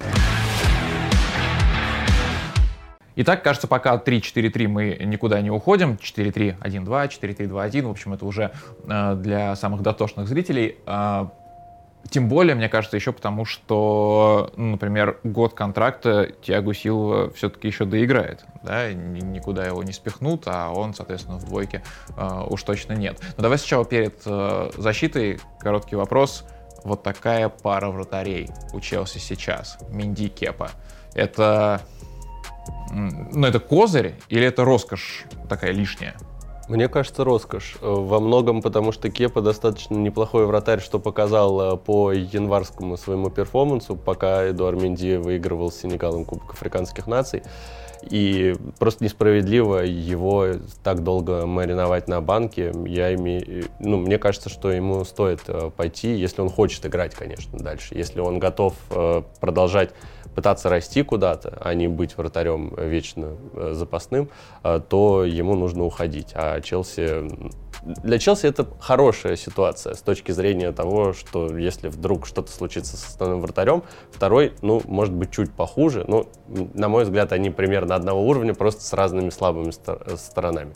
Итак, кажется, пока три четыре три мы никуда не уходим. четыре три один два, четыре три два один. В общем, это уже э, для самых дотошных зрителей. Э, тем более, мне кажется, еще потому, что, ну, например, год контракта Тиаго Силва все-таки еще доиграет. Да? Никуда его не спихнут, а он, соответственно, в двойке э, уж точно нет. Но давай сначала перед э, защитой короткий вопрос. Вот такая пара вратарей у Челси сейчас. Менди, Кепа. Это... Ну, это козырь или это роскошь такая лишняя? Мне кажется, роскошь. Во многом потому, что Кепа достаточно неплохой вратарь, что показал по январскому своему перформансу, пока Эдуард Менди выигрывал с Сенегалом Кубок африканских наций. И просто несправедливо его так долго мариновать на банке. Я име... ну, мне кажется, что ему стоит пойти, если он хочет играть, конечно, дальше. Если он готов продолжать пытаться расти куда-то, а не быть вратарем вечно запасным, то ему нужно уходить. А Челси... Для Челси это хорошая ситуация с точки зрения того, что если вдруг что-то случится с основным вратарем, второй, ну, может быть, чуть похуже. Но, на мой взгляд, они примерно одного уровня, просто с разными слабыми сторонами.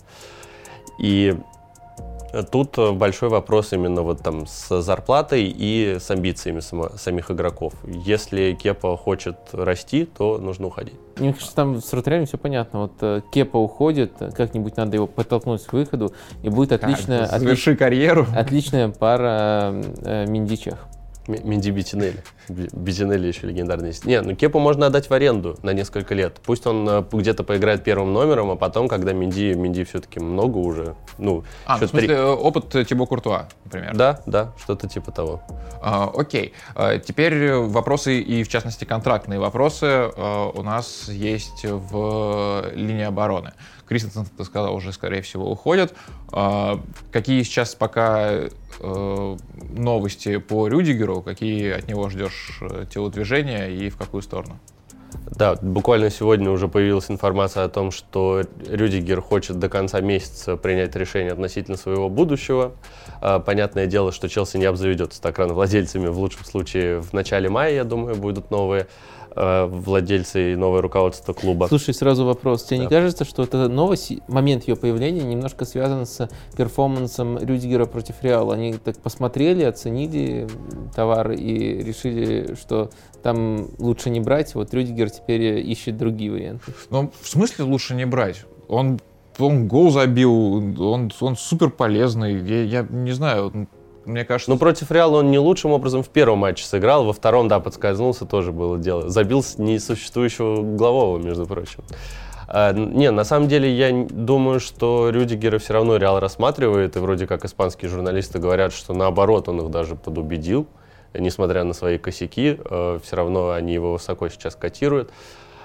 И тут большой вопрос именно вот там с зарплатой и с амбициями само, самих игроков. Если Кепа хочет расти, то нужно уходить. Мне кажется, там с вратарями все понятно. Вот Кепа уходит, как-нибудь надо его подтолкнуть к выходу, и будет отличная, как, заверши отлич, карьеру. Отличная пара э, Менди-Чех. Менди Бетинелли. Бетинелли еще легендарный есть. Не, ну Кепу можно отдать в аренду на несколько лет. Пусть он где-то поиграет первым номером, а потом, когда Менди, Менди все-таки много уже. Ну, а, ну, в смысле, три... опыт Тибо Куртуа, например. Да, да, что-то типа того. А, окей. А, теперь вопросы, и в частности контрактные вопросы а, у нас есть в линии обороны. Кристенсен, ты сказал, уже, скорее всего, уходит. А, какие сейчас пока а, новости по Рюдигеру? Какие от него ждешь телодвижения и в какую сторону? Да, буквально сегодня уже появилась информация о том, что Рюдигер хочет до конца месяца принять решение относительно своего будущего. Понятное дело, что Челси не обзаведется так рано владельцами. В лучшем случае в начале мая, я думаю, будут новые владельцы и новое руководство клуба. Слушай, сразу вопрос. Тебе да. не кажется, что эта новость, момент ее появления немножко связан с перформансом Рюдигера против Реала? Они так посмотрели, оценили товар и решили, что там лучше не брать. Вот Рюдигер теперь ищет другие варианты. Ну, в смысле лучше не брать? Он, он гол забил, он, он супер полезный. Я, я не знаю... Мне кажется... Ну, против Реала он не лучшим образом в первом матче сыграл, во втором, да, подскользнулся, тоже было дело. Забил с несуществующего углового, между прочим. А, не, на самом деле, я думаю, что Рюдигера все равно Реал рассматривает, и вроде как испанские журналисты говорят, что наоборот, он их даже подубедил, несмотря на свои косяки, все равно они его высоко сейчас котируют.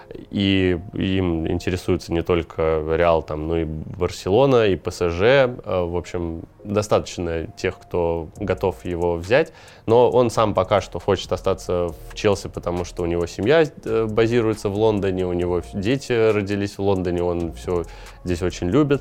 И им интересуется не только Реал, там, но и Барселона, и ПСЖ. В общем, достаточно тех, кто готов его взять. Но он сам пока что хочет остаться в Челси, потому что у него семья базируется в Лондоне, у него дети родились в Лондоне, он все здесь очень любит.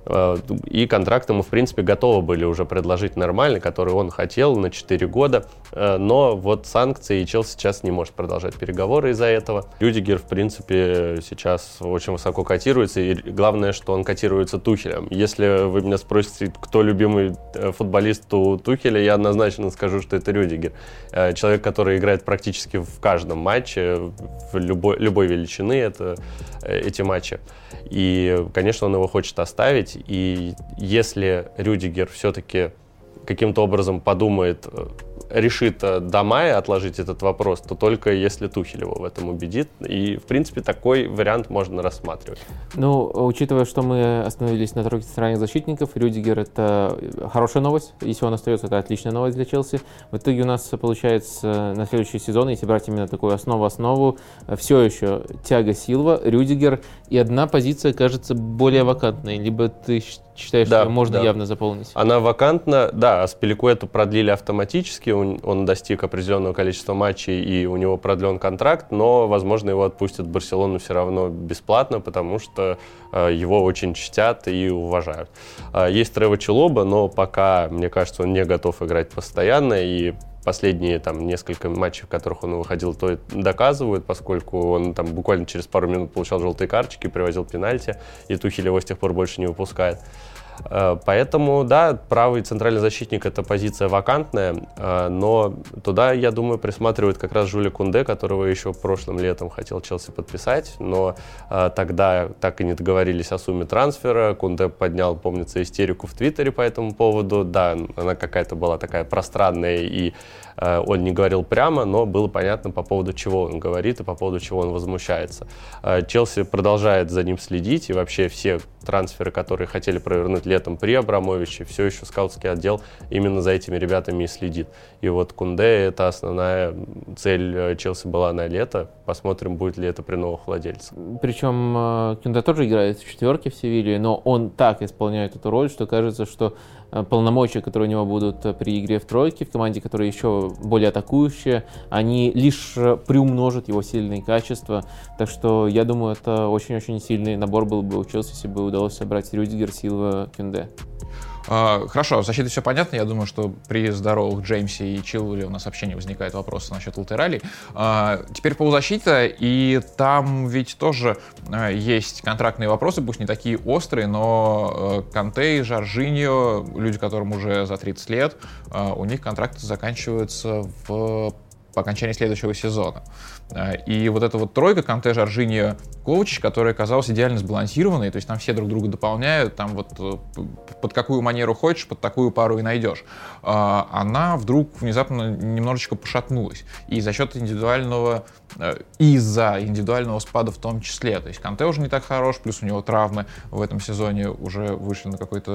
И контракт ему, в принципе, готовы были уже предложить нормальный, который он хотел на четыре года. Но вот санкции, и Челси сейчас не может продолжать переговоры из-за этого. Рюдигер, в принципе, сейчас очень высоко котируется. И главное, что он котируется Тухелем. Если вы меня спросите, кто любимый футболист у Тухеля, я однозначно скажу, что это Рюдигер. Человек, который играет практически в каждом матче, в любой, любой величины это, эти матчи. И, конечно, он его хочет оставить. И если Рюдигер все-таки каким-то образом подумает, решит до мая отложить этот вопрос, то только если Тухель его в этом убедит. И, в принципе, такой вариант можно рассматривать. Ну, учитывая, что мы остановились на тройке центральных защитников, Рюдигер — это хорошая новость. Если он остается, это отличная новость для Челси. В итоге у нас получается на следующий сезон, если брать именно такую основу-основу, все еще Тиаго Силва, Рюдигер, и одна позиция кажется более вакантной. Либо ты считаешь, да, что можно да. явно заполнить? Она вакантна, да, Аспиликуэту продлили автоматически, он, он достиг определенного количества матчей и у него продлен контракт, но, возможно, его отпустят в Барселону все равно бесплатно, потому что э, его очень чтят и уважают. Э, есть Трево Чалоба, но пока, мне кажется, он не готов играть постоянно, и последние там несколько матчей, в которых он выходил, то доказывают, поскольку он там буквально через пару минут получал желтые карточки, привозил пенальти, и Тухель его с тех пор больше не выпускает. Поэтому, да, правый центральный защитник — это позиция вакантная, но туда, я думаю, присматривает как раз Жюля Кунде, которого еще прошлым летом хотел Челси подписать, но тогда так и не договорились о сумме трансфера. Кунде поднял, помнится, истерику в Твиттере по этому поводу. Да, она какая-то была такая пространная, и он не говорил прямо, но было понятно, по поводу чего он говорит и по поводу чего он возмущается. Челси продолжает за ним следить, и вообще все трансферы, которые хотели провернуть летом при Абрамовиче, все еще скаутский отдел именно за этими ребятами и следит. И вот Кунде — это основная цель Челси была на лето. Посмотрим, будет ли это при новых владельцах. Причем Кунде тоже играет в четверке в Севилье, но он так исполняет эту роль, что кажется, что полномочия, которые у него будут при игре в тройке, в команде, которая еще более атакующая, они лишь приумножат его сильные качества. Так что я думаю, это очень-очень сильный набор был бы у Челси, если бы удалось собрать Рюдигер, Силва, Кунде. Хорошо, с защитой все понятно. Я думаю, что при здоровых Джеймсе и Чилвелле у нас вообще не возникает вопроса насчет латералей. Теперь полузащита, и там ведь тоже есть контрактные вопросы, пусть не такие острые, но Канте, Жоржиньо, люди, которым уже за тридцать лет, у них контракты заканчиваются в по окончании следующего сезона. И вот эта вот тройка Канте, Жоржиньо, Ковачич, которая оказалась идеально сбалансированной, то есть там все друг друга дополняют, там вот под какую манеру хочешь, под такую пару и найдешь. Она вдруг внезапно немножечко пошатнулась. И за счет индивидуального, из-за индивидуального спада в том числе. То есть Канте уже не так хорош, плюс у него травмы в этом сезоне уже вышли на какой-то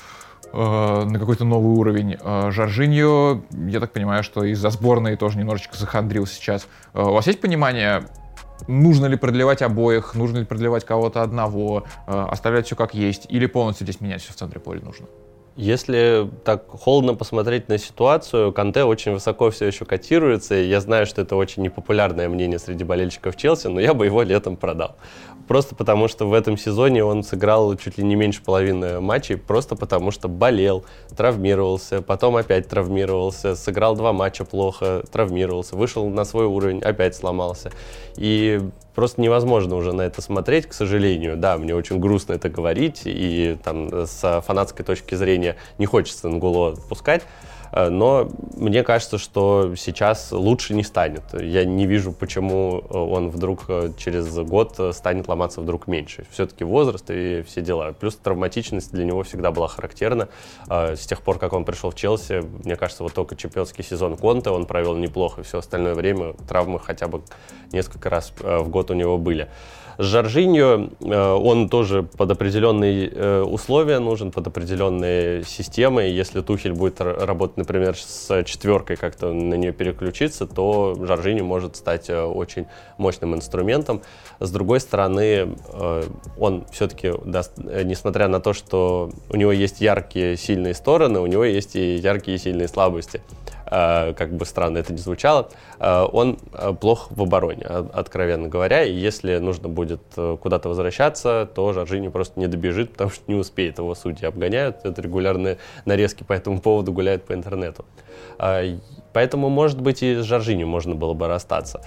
на какой-то новый уровень. Жоржиньо, я так понимаю, что из-за сборной тоже немножечко захандрил сейчас. У вас есть понимание, нужно ли продлевать обоих, нужно ли продлевать кого-то одного, оставлять все как есть, или полностью здесь менять все в центре поля нужно? Если так холодно посмотреть на ситуацию, Канте очень высоко все еще котируется, и я знаю, что это очень непопулярное мнение среди болельщиков Челси, но я бы его летом продал. Просто потому, что в этом сезоне он сыграл чуть ли не меньше половины матчей, просто потому что болел, травмировался, потом опять травмировался, сыграл два матча плохо, травмировался, вышел на свой уровень, опять сломался. И просто невозможно уже на это смотреть, к сожалению. Да, мне очень грустно это говорить, и там с фанатской точки зрения не хочется Нголо отпускать, но мне кажется, что сейчас лучше не станет. Я не вижу, почему он вдруг через год станет ломаться вдруг меньше. Все-таки возраст и все дела. Плюс травматичность для него всегда была характерна. С тех пор, как он пришел в Челси, мне кажется, вот только чемпионский сезон Конте он провел неплохо. Все остальное время травмы хотя бы несколько раз в год у него были. С Жоржиньо он тоже под определенные условия нужен, под определенные системы. Если Тухель будет работать, например, с четверкой, как-то на нее переключиться, то Жоржиньо может стать очень мощным инструментом. С другой стороны, он все-таки, несмотря на то, что у него есть яркие, сильные стороны, у него есть и яркие, сильные слабости. Как бы странно это ни звучало, он плох в обороне, откровенно говоря, и если нужно будет куда-то возвращаться, то Жоржиньо просто не добежит, потому что не успеет, его судьи обгоняют, это регулярные нарезки по этому поводу гуляют по интернету. Поэтому, может быть, и с Жоржиньо можно было бы расстаться.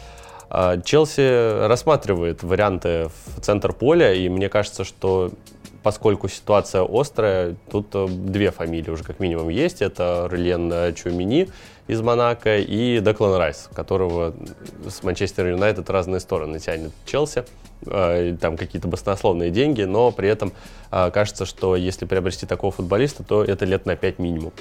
Челси рассматривает варианты в центр поля, и мне кажется, что поскольку ситуация острая, тут две фамилии уже как минимум есть. Это Аурельен Чуамени из Монако и Деклан Райс, которого с Манчестер Юнайтед разные стороны тянет Челси. Там какие-то баснословные деньги, но при этом кажется, что если приобрести такого футболиста, то это лет на пять минимум.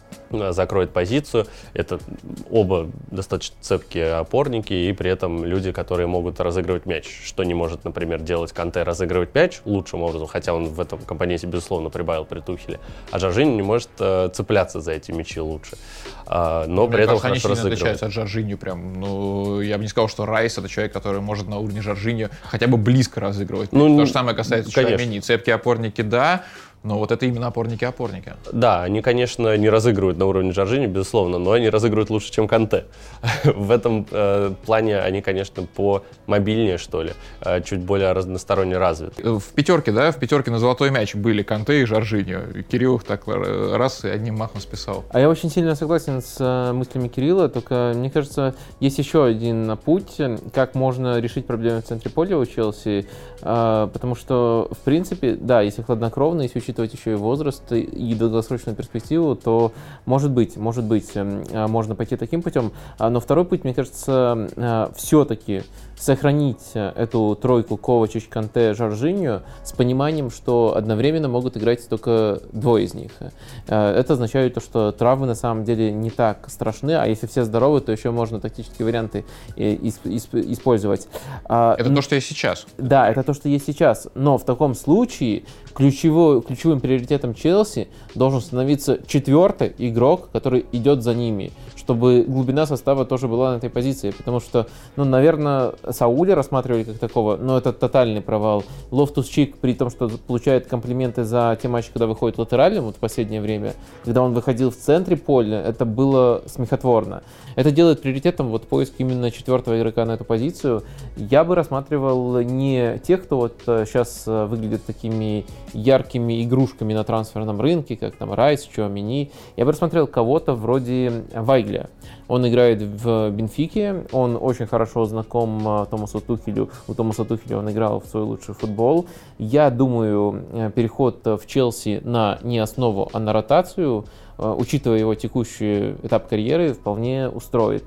Закроет позицию. Это оба достаточно цепкие опорники и при этом люди, которые могут разыгрывать мяч. Что не может, например, делать Канте, разыгрывать мяч лучшим образом, хотя он в этом компоненте, безусловно, прибавил при Тухеле. А Жоржиньо не может э, цепляться за эти мячи лучше. А, но Мне при этом кажется, хорошо они сильно разыгрывает. отличаются от Жоржиньо прям. Ну, я бы не сказал, что Райс — это человек, который может на уровне Жоржиньо хотя бы близко разыгрывать. Ну, то же самое касается Чуамени. Цепкие опорники, да. Но вот это именно опорники-опорники. Да, они, конечно, не разыгрывают на уровне Жоржиньо, безусловно, но они разыгрывают лучше, чем Канте. В этом э, плане они, конечно, помобильнее, что ли, э, чуть более разносторонне развиты. В пятерке, да, в пятерке на золотой мяч были Канте и Жоржиньо. И Кирилл их так раз и одним махом списал. А я очень сильно согласен с э, мыслями Кирилла, только, мне кажется, есть еще один путь, как можно решить проблемы в центре поля у Челси, э, потому что, в принципе, да, если хладнокровно, если учитывать еще и возраст и долгосрочную перспективу, то может быть, может быть, можно пойти таким путем. Но второй путь, мне кажется, все-таки сохранить эту тройку Ковачич, Канте, Жоржиньо с пониманием, что одновременно могут играть только двое из них. Это означает, что травмы на самом деле не так страшны, а если все здоровы, то еще можно тактические варианты использовать. Это то, что есть сейчас. Да, это то, что есть сейчас. Но в таком случае ключевой, ключевым приоритетом Челси должен становиться четвертый игрок, который идет за ними, чтобы глубина состава тоже была на этой позиции, потому что, ну, наверное, Сауля рассматривали как такого, но это тотальный провал. Лофтус-Чик, при том, что получает комплименты за те матчи, когда выходит латеральным, вот в последнее время, когда он выходил в центре поля, это было смехотворно. Это делает приоритетом вот поиск именно четвертого игрока на эту позицию. Я бы рассматривал не тех, кто вот сейчас выглядит такими яркими игрушками на трансферном рынке, как там Райс, Чуамени. Я бы рассмотрел кого-то вроде Вайгля. Он играет в Бенфике, он очень хорошо знаком Томасу Тухелю. У Томаса Тухеля он играл в свой лучший футбол. Я думаю, переход в Челси на не основу, а на ротацию, учитывая его текущий этап карьеры, вполне устроит.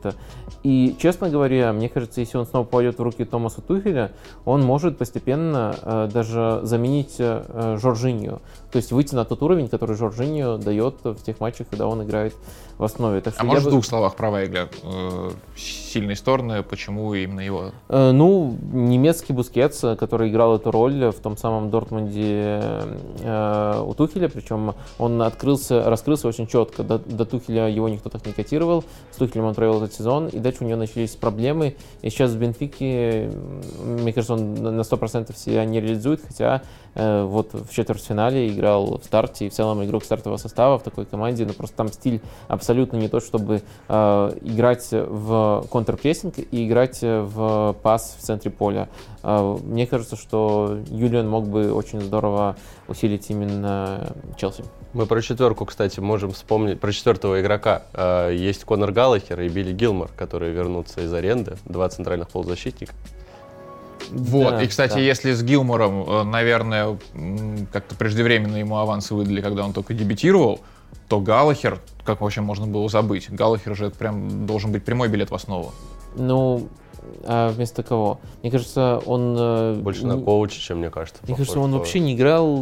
И, честно говоря, мне кажется, если он снова попадет в руки Томаса Тухеля, он может постепенно э, даже заменить э, Жоржиньо. То есть выйти на тот уровень, который Жоржиньо дает в тех матчах, когда он играет в основе. Так что а можешь бы... в двух словах про Вайгля? Э, сильные стороны, почему именно его? Э, ну, немецкий Бускетс, который играл эту роль в том самом Дортмунде э, у Тухеля, причем он открылся, раскрылся очень четко. До, до Тухеля его никто так не котировал. С Тухелем он провел этот сезон, и дальше у него начались проблемы. И сейчас в Бенфике, мне кажется, он на сто процентов себя не реализует, хотя э, вот в четвертьфинале играл в старте, и в целом игрок стартового состава в такой команде, но просто там стиль абсолютно не тот, чтобы э, играть в контрпрессинг и играть в пас в центре поля. Э, мне кажется, что Юлиан мог бы очень здорово усилить именно Челси. Мы про четверку, кстати, можем вспомнить, про четвертого игрока. Э, есть Конор Галлахер и Билли Гилмор, которые вернутся из аренды, два центральных полузащитника. Вот, да, и, кстати, да. если с Гилмором, наверное, как-то преждевременно ему авансы выдали, когда он только дебютировал, то Галлахер, как вообще можно было забыть? Галлахер же это прям должен быть прямой билет в основу. Ну, а вместо кого? Мне кажется, он... Больше не... на коуча, чем мне кажется. Мне кажется, он что... вообще не играл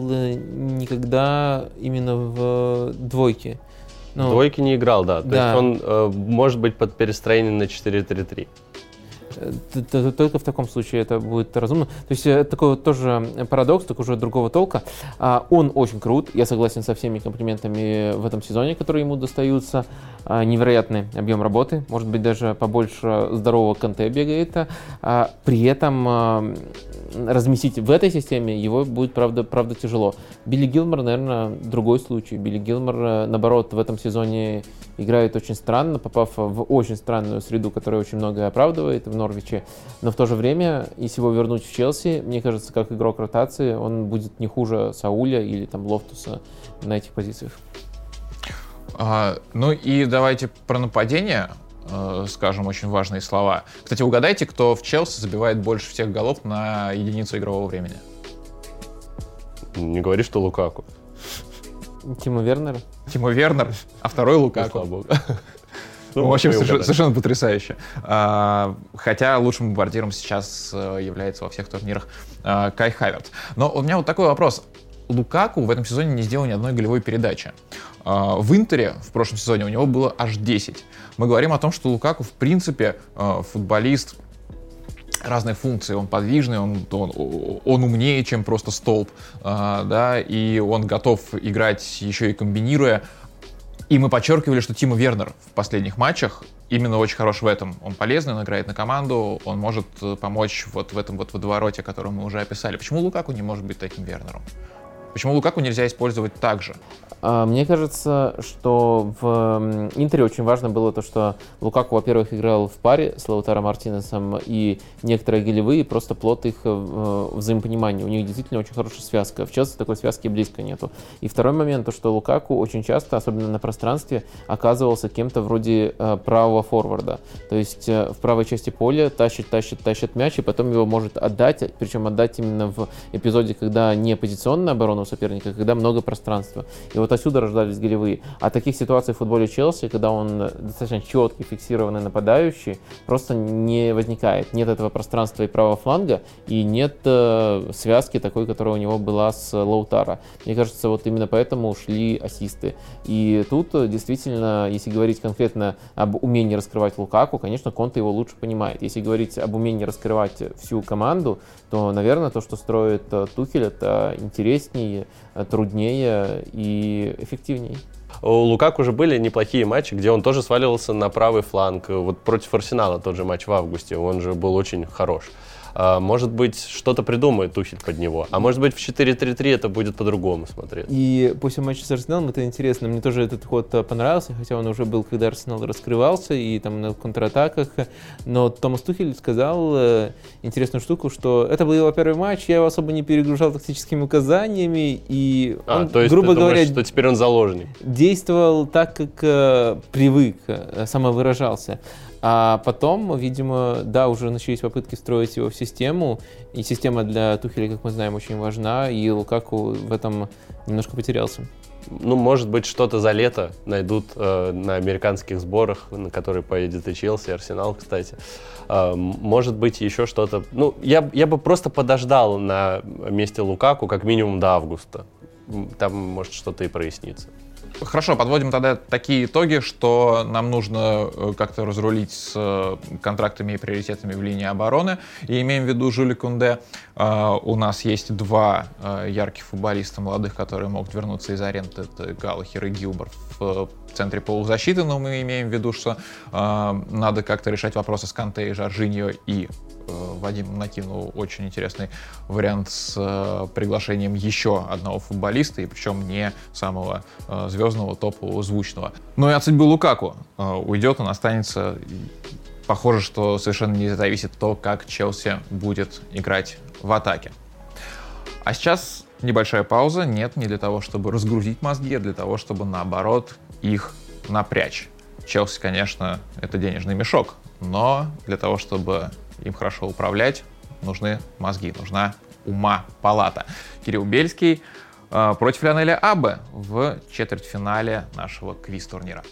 никогда именно в двойке. Ну, в двойке не играл, да. То да. есть он э, может быть под перестроение на четыре три три. Только в таком случае это будет разумно. То есть это такой тоже парадокс, только уже другого толка. Он очень крут, я согласен со всеми комплиментами в этом сезоне, которые ему достаются. Невероятный объем работы, может быть, даже побольше здорового Канте бегает. При этом разместить в этой системе его будет, правда, правда тяжело. Билли Гилмор, наверное, другой случай. Билли Гилмор, наоборот, в этом сезоне играет очень странно, попав в очень странную среду, которая очень многое оправдывает в Норвиче. Но в то же время, если его вернуть в Челси, мне кажется, как игрок ротации, он будет не хуже Сауля или там Лофтуса на этих позициях. А, ну и давайте про нападение э, скажем очень важные слова. Кстати, угадайте, кто в Челси забивает больше всех голов на единицу игрового времени? Не говори, что Лукаку. Тимо Вернер. Тимо Вернер, а второй Лукаку. Ну, в общем, совершенно, совершенно потрясающе. А, хотя лучшим бомбардиром сейчас является во всех турнирах а, Кай Хаверц. Но у меня вот такой вопрос. Лукаку в этом сезоне не сделал ни одной голевой передачи. А, в Интере в прошлом сезоне у него было аж десять. Мы говорим о том, что Лукаку, в принципе, а, футболист разные функции, он подвижный, он, он, он умнее, чем просто столб, а, да, и он готов играть еще и комбинируя. И мы подчеркивали, что Тимо Вернер в последних матчах именно очень хорош в этом. Он полезный, он играет на команду, он может помочь вот в этом вот водовороте, который мы уже описали. Почему Лукаку не может быть таким Вернером? Почему Лукаку нельзя использовать так же? Мне кажется, что в Интере очень важно было то, что Лукаку, во-первых, играл в паре с Лаутаро Мартинесом, и некоторые голевые просто плод их взаимопонимания. У них действительно очень хорошая связка. В Челси такой связки близко нету. И второй момент, то, что Лукаку очень часто, особенно на пространстве, оказывался кем-то вроде правого форварда. То есть в правой части поля тащит, тащит, тащит мяч, и потом его может отдать, причем отдать именно в эпизоде, когда не позиционная оборона у соперника, когда много пространства. И вот отсюда рождались голевые. А таких ситуаций в футболе Челси, когда он достаточно четкий, фиксированный нападающий, просто не возникает. Нет этого пространства и правого фланга, и нет э, связки такой, которая у него была с Лаутаро. Мне кажется, вот именно поэтому ушли ассисты. И тут действительно, если говорить конкретно об умении раскрывать Лукаку, конечно, Конте его лучше понимает. Если говорить об умении раскрывать всю команду, то, наверное, то, что строит Тухель, это интереснее, труднее и эффективнее. У Лукаку уже были неплохие матчи, где он тоже сваливался на правый фланг. Вот против Арсенала тот же матч в августе, он же был очень хорош. Может быть, что-то придумает Тухель под него. А может быть, в четыре три три это будет по-другому смотреться. И после матча с Арсеналом это интересно. Мне тоже этот ход понравился, хотя он уже был, когда Арсенал раскрывался и там на контратаках. Но Томас Тухель сказал э, интересную штуку, что это был его первый матч, я его особо не перегружал тактическими указаниями. И он, а, то есть грубо ты говоря, думаешь, что теперь он заложник? Действовал так, как э, привык, э, самовыражался. А потом, видимо, да, уже начались попытки строить его в систему, и система для Тухеля, как мы знаем, очень важна, и Лукаку в этом немножко потерялся. Ну, может быть, что-то за лето найдут э, на американских сборах, на которые поедет и Челси, и Арсенал, кстати. Э, может быть, еще что-то. Ну, я, я бы просто подождал на месте Лукаку как минимум до августа. Там может что-то и прояснится. Хорошо, подводим тогда такие итоги, что нам нужно как-то разрулить с контрактами и приоритетами в линии обороны. И имеем в виду Жюля Кунде. У нас есть два ярких футболиста молодых, которые могут вернуться из аренды. Это Галлахер и Гилберт в центре полузащиты. Но мы имеем в виду, что надо как-то решать вопросы с Канте и Жоржиньо. И Вадим накинул очень интересный вариант с э, приглашением еще одного футболиста, и причем не самого э, звездного, топового, звучного. Ну и от судьбы Лукаку. Э, уйдет он, останется. Похоже, что совершенно не зависит то, как Челси будет играть в атаке. А сейчас небольшая пауза. Нет, не для того, чтобы разгрузить мозги, а для того, чтобы, наоборот, их напрячь. Челси, конечно, это денежный мешок, но для того, чтобы им хорошо управлять, нужны мозги, нужна ума палата. Кирилл Бельский э, против Лионеля Аббе в четвертьфинале нашего квиз-турнира.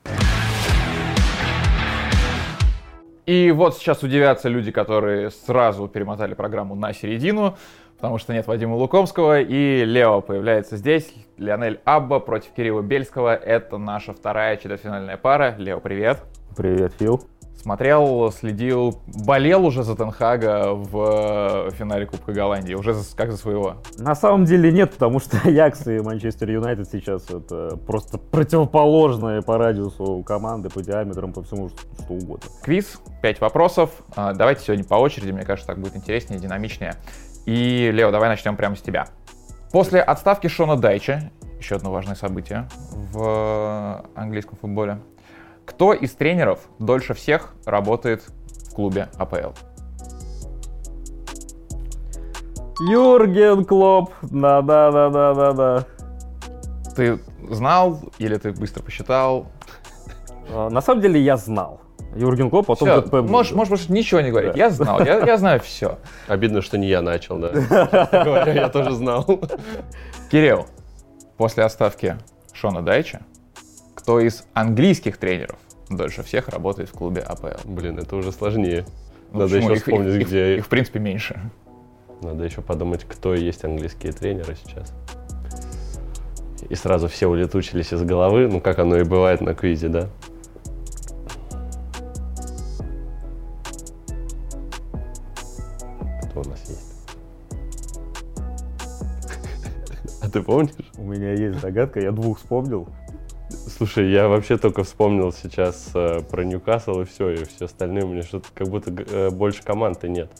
И вот сейчас удивятся люди, которые сразу перемотали программу на середину, потому что нет Вадима Лукомского, и Лео появляется здесь. Лионель Аббе против Кирилла Бельского. Это наша вторая четвертьфинальная пара. Лео, привет. Привет, Фил. Смотрел, следил, болел уже за Тен Хага в финале Кубка Голландии, уже за, как за своего? На самом деле нет, потому что Аякс и Манчестер Юнайтед сейчас это просто противоположные по радиусу команды, по диаметрам, по всему, что угодно. Квиз, пять вопросов. Давайте сегодня по очереди, мне кажется, так будет интереснее, динамичнее. И, Лео, давай начнем прямо с тебя. После отставки Шона Дайча, еще одно важное событие в английском футболе, кто из тренеров дольше всех работает в клубе АПЛ? Юрген Клопп, да-да-да-да-да-да. Ты знал или ты быстро посчитал? На самом деле я знал. Юрген Клопп, потом Всё, как Пеп можешь, можешь, можешь ничего не говорить. Да. Я знал, я, я знаю все. Обидно, что не я начал, да. Говоря, я тоже знал. Кирилл, после отставки Шона Дайча, кто из английских тренеров дольше всех работает в клубе АПЛ? Блин, это уже сложнее. Ну, Надо почему? еще их, вспомнить, их, где... Их, их, в принципе, меньше. Надо еще подумать, кто есть английские тренеры сейчас. И сразу все улетучились из головы, ну, как оно и бывает на квизе, да? Кто у нас есть? А ты помнишь? У меня есть догадка, я двух вспомнил. Слушай, я вообще только вспомнил сейчас э, про Ньюкасл и все, и все остальные у меня что-то как будто э, больше команды нет.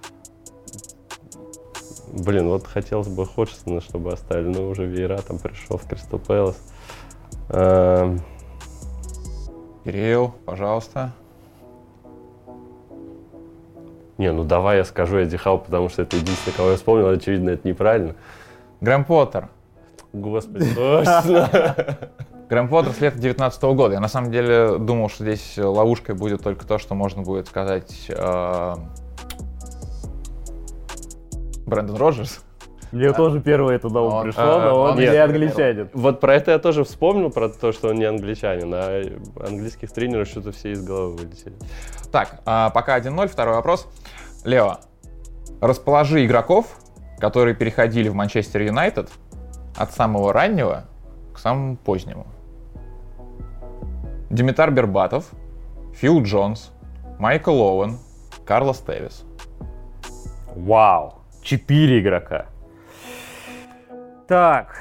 Блин, вот хотелось бы Ходжсона, чтобы оставили, но уже Вейра там пришел в Кристал Пэлас. Э, Кирилл, пожалуйста. Не, ну давай я скажу Эдди Хау, потому что это единственное, кого я вспомнил, очевидно, это неправильно. Грэм Поттер. Господи, точно. Грэм Поттер с лета девятнадцатого года. Я на самом деле думал, что здесь ловушкой будет только то, что можно будет сказать э, Брэндон Роджерс. Мне да. тоже первое это на ум он, пришло, а, но он, он не нет, англичанин. Вот про это я тоже вспомнил, про то, что он не англичанин, а английских тренеров что-то все из головы вылетели. Так, а пока один ноль, второй вопрос. Лео, расположи игроков, которые переходили в Манчестер Юнайтед от самого раннего к самому позднему. Димитар Бербатов, Фил Джонс, Майкл Оуэн, Карлос Тевис. Вау, четыре игрока. Так.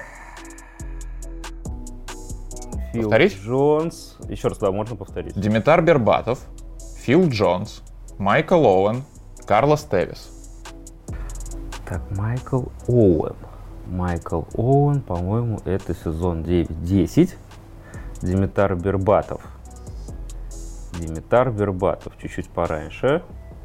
Фил Повторить? Джонс. Еще раз, да, можно повторить. Димитар Бербатов, Фил Джонс, Майкл Оуэн, Карлос Тевис. Так, Майкл Оуэн. Майкл Оуэн, по-моему, это сезон девять десять. Димитар Бербатов. Димитар Бербатов, чуть-чуть пораньше.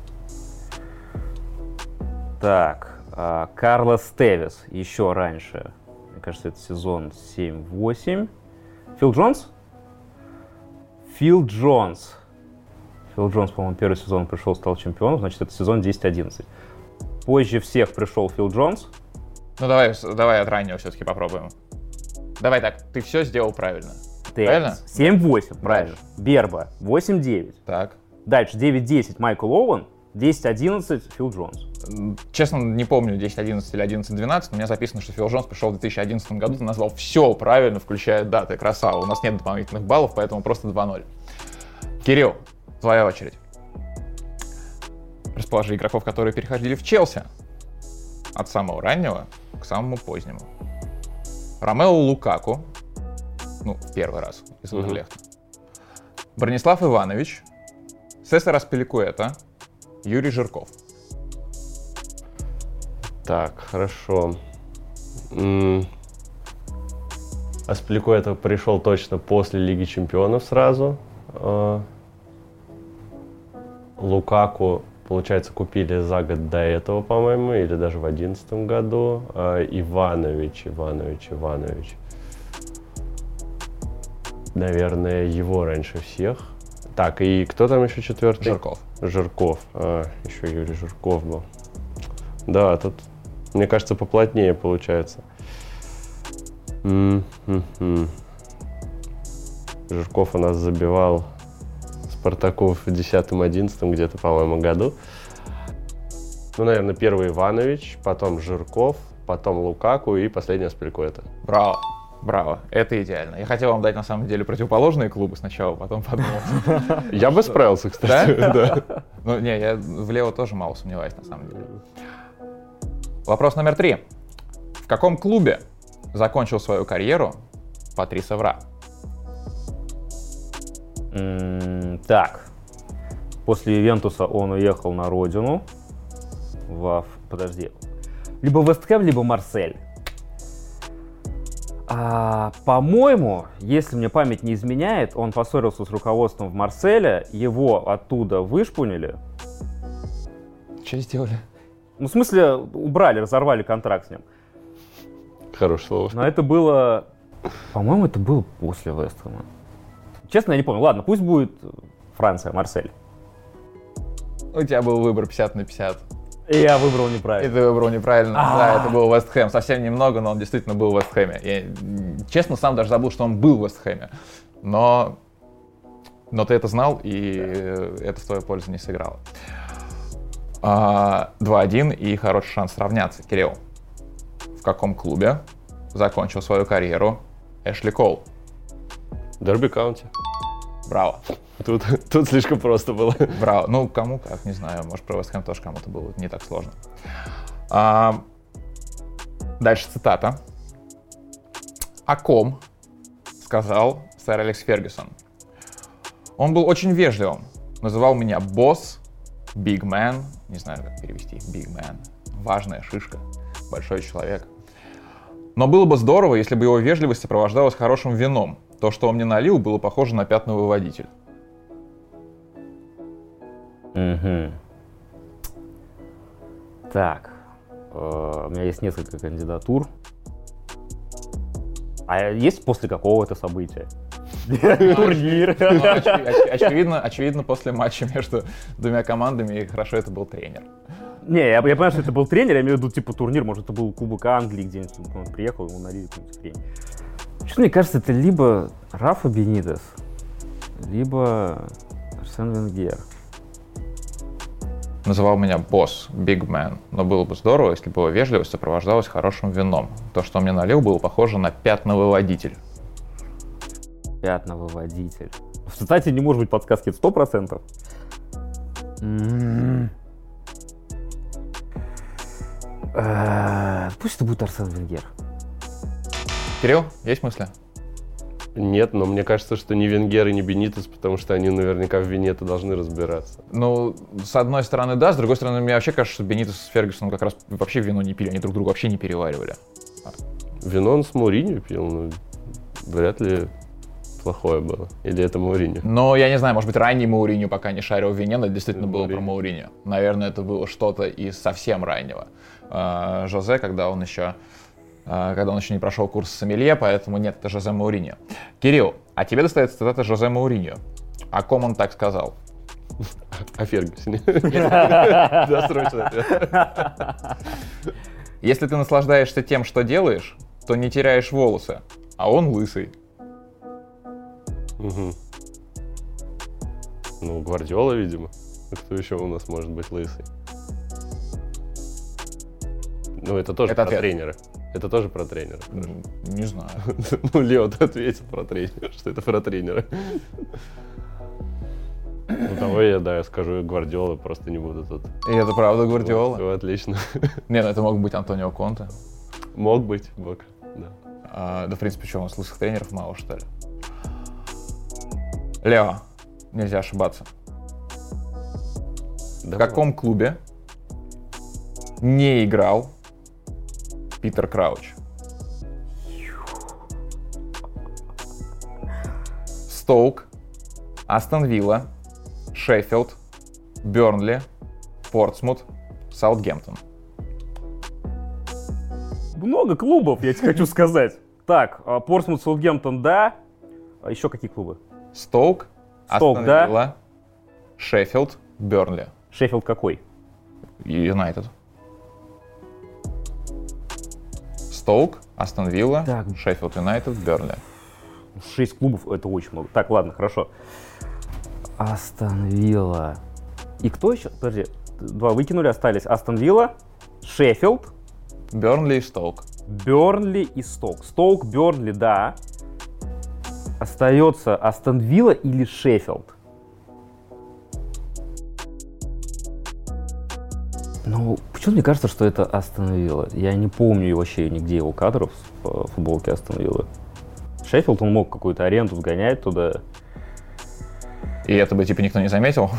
Так, а, Карлос Тевис еще раньше. Мне кажется, это сезон семь восемь. Фил Джонс? Фил Джонс. Фил Джонс, по-моему, первый сезон пришел, стал чемпионом, значит, это сезон десять одиннадцать. Позже всех пришел Фил Джонс. Ну давай, давай от раннего все-таки попробуем. Давай так, ты все сделал правильно. Правильно? семь восемь, правильно. Берба, восемь девять. Так. Дальше девять десять Майкл Оуэн, десять одиннадцать Фил Джонс. Честно, не помню, десять одиннадцать или одиннадцать двенадцать, но у меня записано, что Фил Джонс пришел в две тысячи одиннадцатом году, ты назвал все правильно, включая даты. Красава. У нас нет дополнительных баллов, поэтому просто два ноль. Кирилл, твоя очередь. Расположи игроков, которые переходили в Челси от самого раннего к самому позднему. Ромео Лукаку, ну, первый раз из Андерлехта. Uh-huh. Бронислав Иванович, Сесар Аспиликуэта, Юрий Жирков. Так, хорошо. М- Аспиликуэта пришел точно после Лиги Чемпионов сразу. А- Лукаку, получается, купили за год до этого, по-моему, или даже в одиннадцатом году. А Иванович, Иванович, Иванович. Наверное, его раньше всех. Так, и кто там еще четвертый? Жирков. Жирков. А, еще Юрий Жирков был. Да, тут, мне кажется, поплотнее получается. М-м-м. Жирков у нас забивал Спартаку в десятом-одиннадцатом где-то, по-моему, году. Ну, наверное, первый Иванович, потом Жирков, потом Лукаку и последний Аспиликуэта. Браво. Браво, это идеально. Я хотел вам дать, на самом деле, противоположные клубы сначала, потом подумал. Я бы справился, кстати. Да? Ну, не, я в Лео тоже мало сомневаюсь, на самом деле. Вопрос номер три. В каком клубе закончил свою карьеру Патрис Эвра? М, Так, после Ювентуса он уехал на родину. Во, подожди. Либо Вест Хэм, либо Марсель. А, по-моему, если мне память не изменяет, он поссорился с руководством в Марселе, его оттуда вышпунили. Что сделали? Ну, в смысле, убрали, разорвали контракт с ним. Хорошее слово. Но это было... По-моему, это было после Вест Хэма. Честно, я не помню. Ладно, пусть будет Франция, Марсель. У тебя был выбор пятьдесят на пятьдесят. И я выбрал неправильно. И ты выбрал неправильно. А-а-а. Да, это был Вест Хэм. Совсем немного, но он действительно был в Вест Хэме. Я, честно, сам даже забыл, что он был в Вест Хэме. Но, но ты это знал, и это в твою пользу не сыграло. А, два один и хороший шанс сравняться. Кирилл, в каком клубе закончил свою карьеру Эшли Кол? Дерби Каунти. Браво. Тут, тут слишком просто было. Браво. Ну, кому как, не знаю. Может, про Вест Хэм тоже кому-то было не так сложно. А, дальше цитата. О ком сказал сэр Алекс Фергюсон? Он был очень вежливым. Называл меня босс, big man. Не знаю, как перевести. Big man. Важная шишка. Большой человек. Но было бы здорово, если бы его вежливость сопровождалась хорошим вином. То, что он мне налил, было похоже на пятновыводитель. Угу. Так, э, у меня есть несколько кандидатур. А есть после какого-то события? Турнир. Ну, очи- оч- очевидно, очевидно, после матча между двумя командами, и хорошо, это был тренер. Не, я, я понимаю, что это был тренер, я имею в виду типа турнир, может это был Кубок Англии где-нибудь, он приехал, ему налили какую-нибудь хрень. Что мне кажется, это либо Рафа Бенитес, либо Арсен Венгер. Называл меня босс, big man. Но было бы здорово, если бы его вежливость сопровождалась хорошим вином. То, что он мне налил, было похоже на пятновыводитель. Пятновыводитель. В цитате не может быть подсказки сто процентов. М-м-м. Э, Пусть это будет Арсен Венгер. Кирилл, есть мысли? Нет, но мне кажется, что ни Венгер и ни Бенитес, потому что они наверняка в вине-то должны разбираться. Ну, с одной стороны, да, с другой стороны, мне вообще кажется, что Бенитес с Фергюсоном как раз вообще вино не пили, они друг друга вообще не переваривали. Вино он с Мауриньо пил, но вряд ли плохое было. Или это Мауриньо? Но я не знаю, может быть, ранний Мауриньо, пока не шарил в вине, но это действительно Это было Мауриньо. про Мауриньо. Наверное, это было что-то из совсем раннего. А, Жозе, когда он еще... когда он еще не прошел курс сомелье, поэтому нет, это Жозе Мауриньо. Кирилл, а тебе достается цитата Жозе Мауриньо. О ком он так сказал? О Фергюсоне. Досрочный ответ. Если ты наслаждаешься тем, что делаешь, то не теряешь волосы, а он лысый. Мгм. Ну, Гвардиола, видимо. А кто еще у нас может быть лысый? Ну, это тоже Это про ответ. тренера. Это тоже про тренера. М, Не знаю. Ну, Лео, ты ответил про тренера, что это про тренера. Ну, того я, да, я скажу Гвардиола, просто не буду тут. И это правда Гвардиола. Все отлично. Не, ну это мог быть Антонио Конте. Мог быть, мог, да. А, да, в принципе, что, у нас лысых тренеров мало, что ли? Лео, нельзя ошибаться. В каком клубе не играл Питер Крауч? Стоук, Астон Вилла, Шеффилд, Бернли, Портсмут, Саутгемптон. Много клубов, я тебе хочу сказать. Так, а, Портсмут, Саутгемптон, да. А еще какие клубы? Стоук, Стоук, Астон да. Вилла, Шеффилд, Бернли. Шеффилд какой? Юнайтед. Стоук, Астон Вилла, Так. Шеффилд Юнайтед, Бернли. Шесть клубов, это очень много. Так, ладно, хорошо. Астон Вилла. И кто еще? Подожди, два выкинули, остались Астон Вилла, Шеффилд. Бернли и Стоук. Бернли и Стоук. Стоук, Бернли, да. Остается Астон Вилла или Шеффилд? Ну, почему мне кажется, что это Астон Вилла? Я не помню вообще нигде его кадров в футболке Астон Виллы. Шеффилд, он мог какую-то аренду сгонять туда. И это бы, типа, никто не заметил?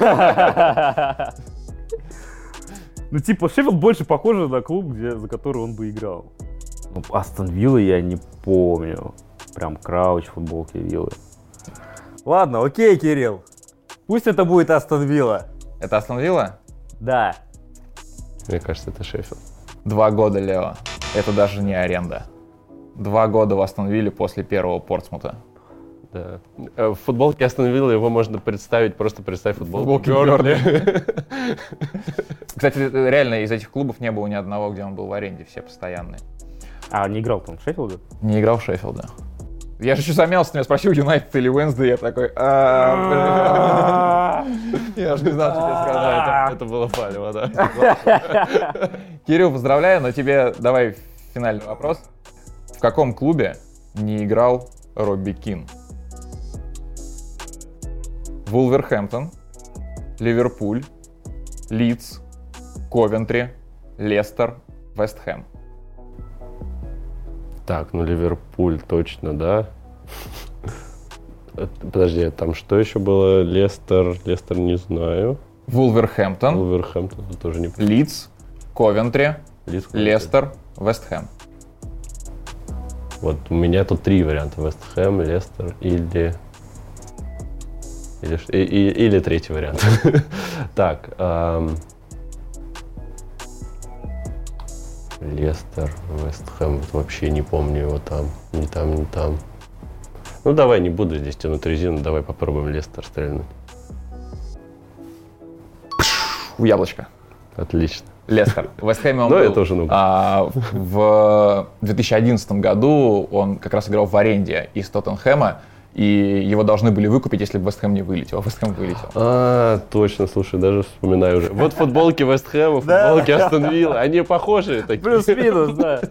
Ну, типа, Шеффилд больше похож на клуб, где, за который он бы играл. Ну, Астон Вилла я не помню. Прям Крауч в футболке Виллы. Ладно, окей, Кирилл. Пусть это будет Астон Вилла. Это Астон Вилла? Да. Мне кажется, это Шеффилд. Два года, Лео. Это даже не аренда. Два года в Астон Вилле после первого Портсмута. Да. В футболке Астон Вилла его можно представить, просто представь футболку. Бернли. Кстати, реально из этих клубов не было ни одного, где он был в аренде, все постоянные. А, не играл там в Шеффилде? Не играл в Шеффилде. Я же еще замялся, меня спросил, Юнайтед или Уэнсдей, я такой, я же не знал, что тебе сказать. Это было палево, да. Кирилл, поздравляю, но тебе давай финальный вопрос. В каком клубе не играл Робби Кин? Вулверхэмптон, Ливерпуль, Лидс, Ковентри, Лестер, Вест Хэм. Так, ну Ливерпуль точно, да. Подожди, там что еще было? Лестер, Лестер не знаю. Вулверхэмптон, Вулверхэмптон тоже не. Лидс, Ковентри, Лидс, Ковентри. Лестер, Вест Хэм. Вот у меня тут три варианта: Вест Хэм, Лестер или или, ш- и- и- или третий вариант. Так, эм, Лестер, Вест Хэм, вот вообще не помню его там, ни там, ни там. Ну давай, не буду здесь тянуть резину, давай попробуем Лестер стрельнуть. В яблочко. Отлично. Лестер. В Вест Хэме он Ну, был. это уже ну. А, в две тысячи одиннадцатом году он как раз играл в аренде из Тоттенхэма, и его должны были выкупить, если бы Вест Хэм не вылетел. А Вест Хэм вылетел. А, точно, слушай, даже вспоминаю уже. Вот футболки Вест Хэма, футболки Астон Вилла, они похожие такие. Плюс-минус, да.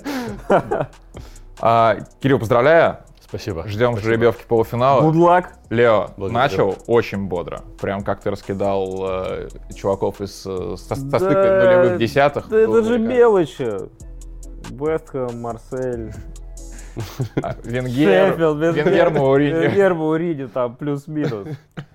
А, Кирилл, поздравляю. Спасибо. Ждем жеребьевки полуфинала. Гудлак. Лео Благодарю. начал очень бодро. Прям как ты раскидал э, чуваков из, э, со, со Да, стыкой нулевых десятых. Да это было же великолепно. мелочи. Вест Хэм, Марсель, А, Венгер, Шеффилд, Венгер, Мауриньо. Венгер, Мауриньо, там плюс-минус.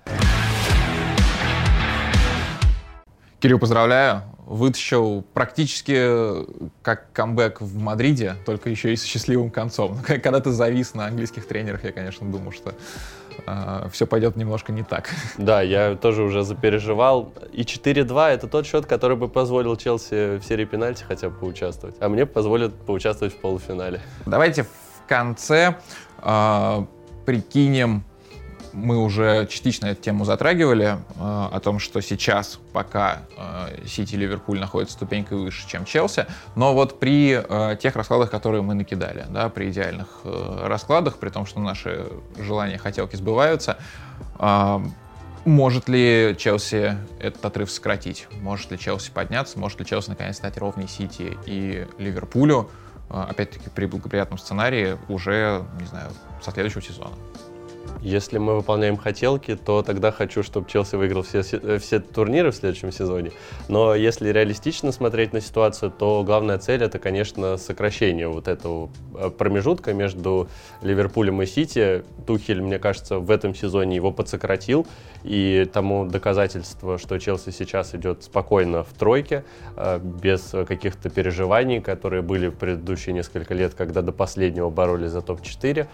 Кирилл, поздравляю. Вытащил практически как камбэк в Мадриде, только еще и с счастливым концом. Когда ты завис на английских тренерах, я, конечно, думал, что э, все пойдет немножко не так. Да, я тоже уже запереживал. И четыре-два — это тот счет, который бы позволил Челси в серии пенальти хотя бы поучаствовать. А мне позволит поучаствовать в полуфинале. Давайте в конце э, прикинем, мы уже частично эту тему затрагивали, э, о том, что сейчас пока э, Сити и Ливерпуль находятся ступенькой выше, чем Челси, но вот при э, тех раскладах, которые мы накидали, да, при идеальных э, раскладах, при том, что наши желания, хотелки сбываются, э, может ли Челси этот отрыв сократить? Может ли Челси подняться? Может ли Челси наконец стать ровней Сити и Ливерпулю? Э, опять-таки при благоприятном сценарии уже, не знаю, со следующего сезона. Если мы выполняем хотелки, то тогда хочу, чтобы Челси выиграл все, все турниры в следующем сезоне. Но если реалистично смотреть на ситуацию, то главная цель — это, конечно, сокращение вот этого промежутка между Ливерпулем и Сити. Тухель, мне кажется, в этом сезоне его подсократил. И тому доказательство, что Челси сейчас идет спокойно в тройке, без каких-то переживаний, которые были в предыдущие несколько лет, когда до последнего боролись за топ четыре.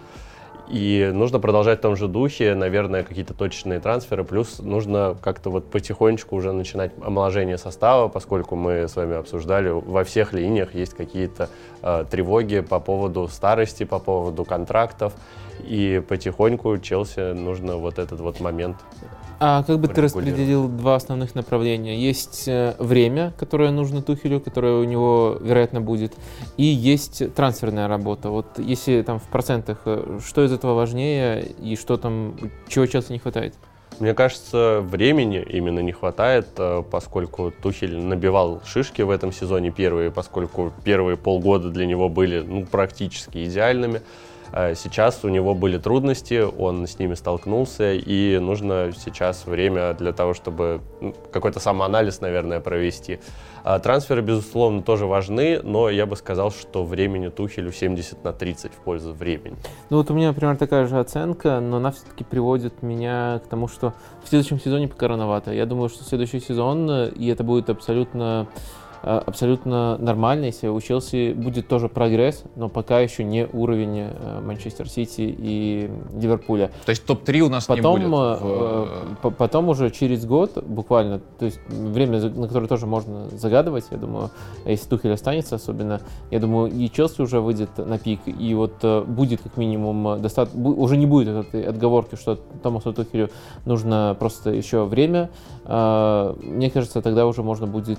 И нужно продолжать в том же духе, наверное, какие-то точечные трансферы, плюс нужно как-то вот потихонечку уже начинать омоложение состава, поскольку мы с вами обсуждали, во всех линиях есть какие-то э, тревоги по поводу старости, по поводу контрактов, и потихоньку Челси нужно вот этот вот момент. А как бы ты Регулировать. распределил два основных направления? Есть э, время, которое нужно Тухелю, которое у него, вероятно, будет, и есть трансферная работа. Вот если там в процентах, э, что из этого важнее и что там, чего Челси не хватает? Мне кажется, времени именно не хватает, поскольку Тухель набивал шишки в этом сезоне первые, поскольку первые полгода для него были ну, практически идеальными. Сейчас у него были трудности, он с ними столкнулся, и нужно сейчас время для того, чтобы ну, какой-то самоанализ, наверное, провести. Трансферы, безусловно, тоже важны, но я бы сказал, что времени Тухелю семьдесят на тридцать в пользу времени. Ну вот у меня, например, такая же оценка, но она все-таки приводит меня к тому, что в следующем сезоне пока рановато. Я думаю, что следующий сезон, и это будет абсолютно... абсолютно нормально, если у Челси будет тоже прогресс, но пока еще не уровень Манчестер Сити и Ливерпуля. То есть топ-три у нас потом, не будет? В... Потом уже через год, буквально, то есть время, на которое тоже можно загадывать, я думаю, если Тухель останется особенно, я думаю, и Челси уже выйдет на пик, и вот будет как минимум достаточно, уже не будет этой отговорки, что Томасу Тухелю нужно просто еще время. Мне кажется, тогда уже можно будет...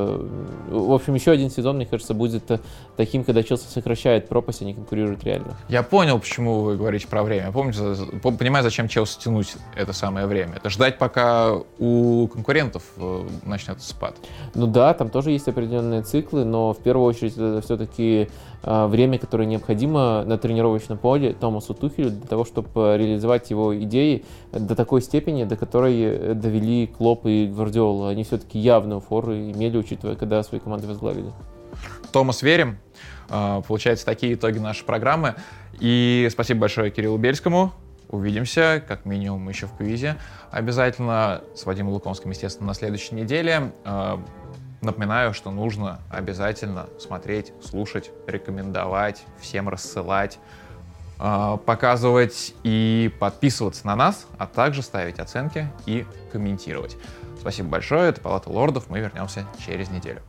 В общем, еще один сезон, мне кажется, будет таким, когда Челси сокращает пропасть, а не конкурирует реально. Я понял, почему вы говорите про время. Помните, понимаю, зачем Челси тянуть это самое время. Это ждать, пока у конкурентов начнется спад. Ну да, там тоже есть определенные циклы, но в первую очередь это все-таки время, которое необходимо на тренировочном поле Томасу Тухелю для того, чтобы реализовать его идеи до такой степени, до которой довели Клоп и Гвардиола. Они все-таки явную фору имели, учитывая, когда свои команды возглавили. Томас, верим. Получается, такие итоги нашей программы. И спасибо большое Кириллу Бельскому. Увидимся, как минимум, еще в квизе. Обязательно с Вадимом Лукомским, естественно, на следующей неделе. Напоминаю, что нужно обязательно смотреть, слушать, рекомендовать, всем рассылать, показывать и подписываться на нас, а также ставить оценки и комментировать. Спасибо большое, это Палата лордов, мы вернемся через неделю.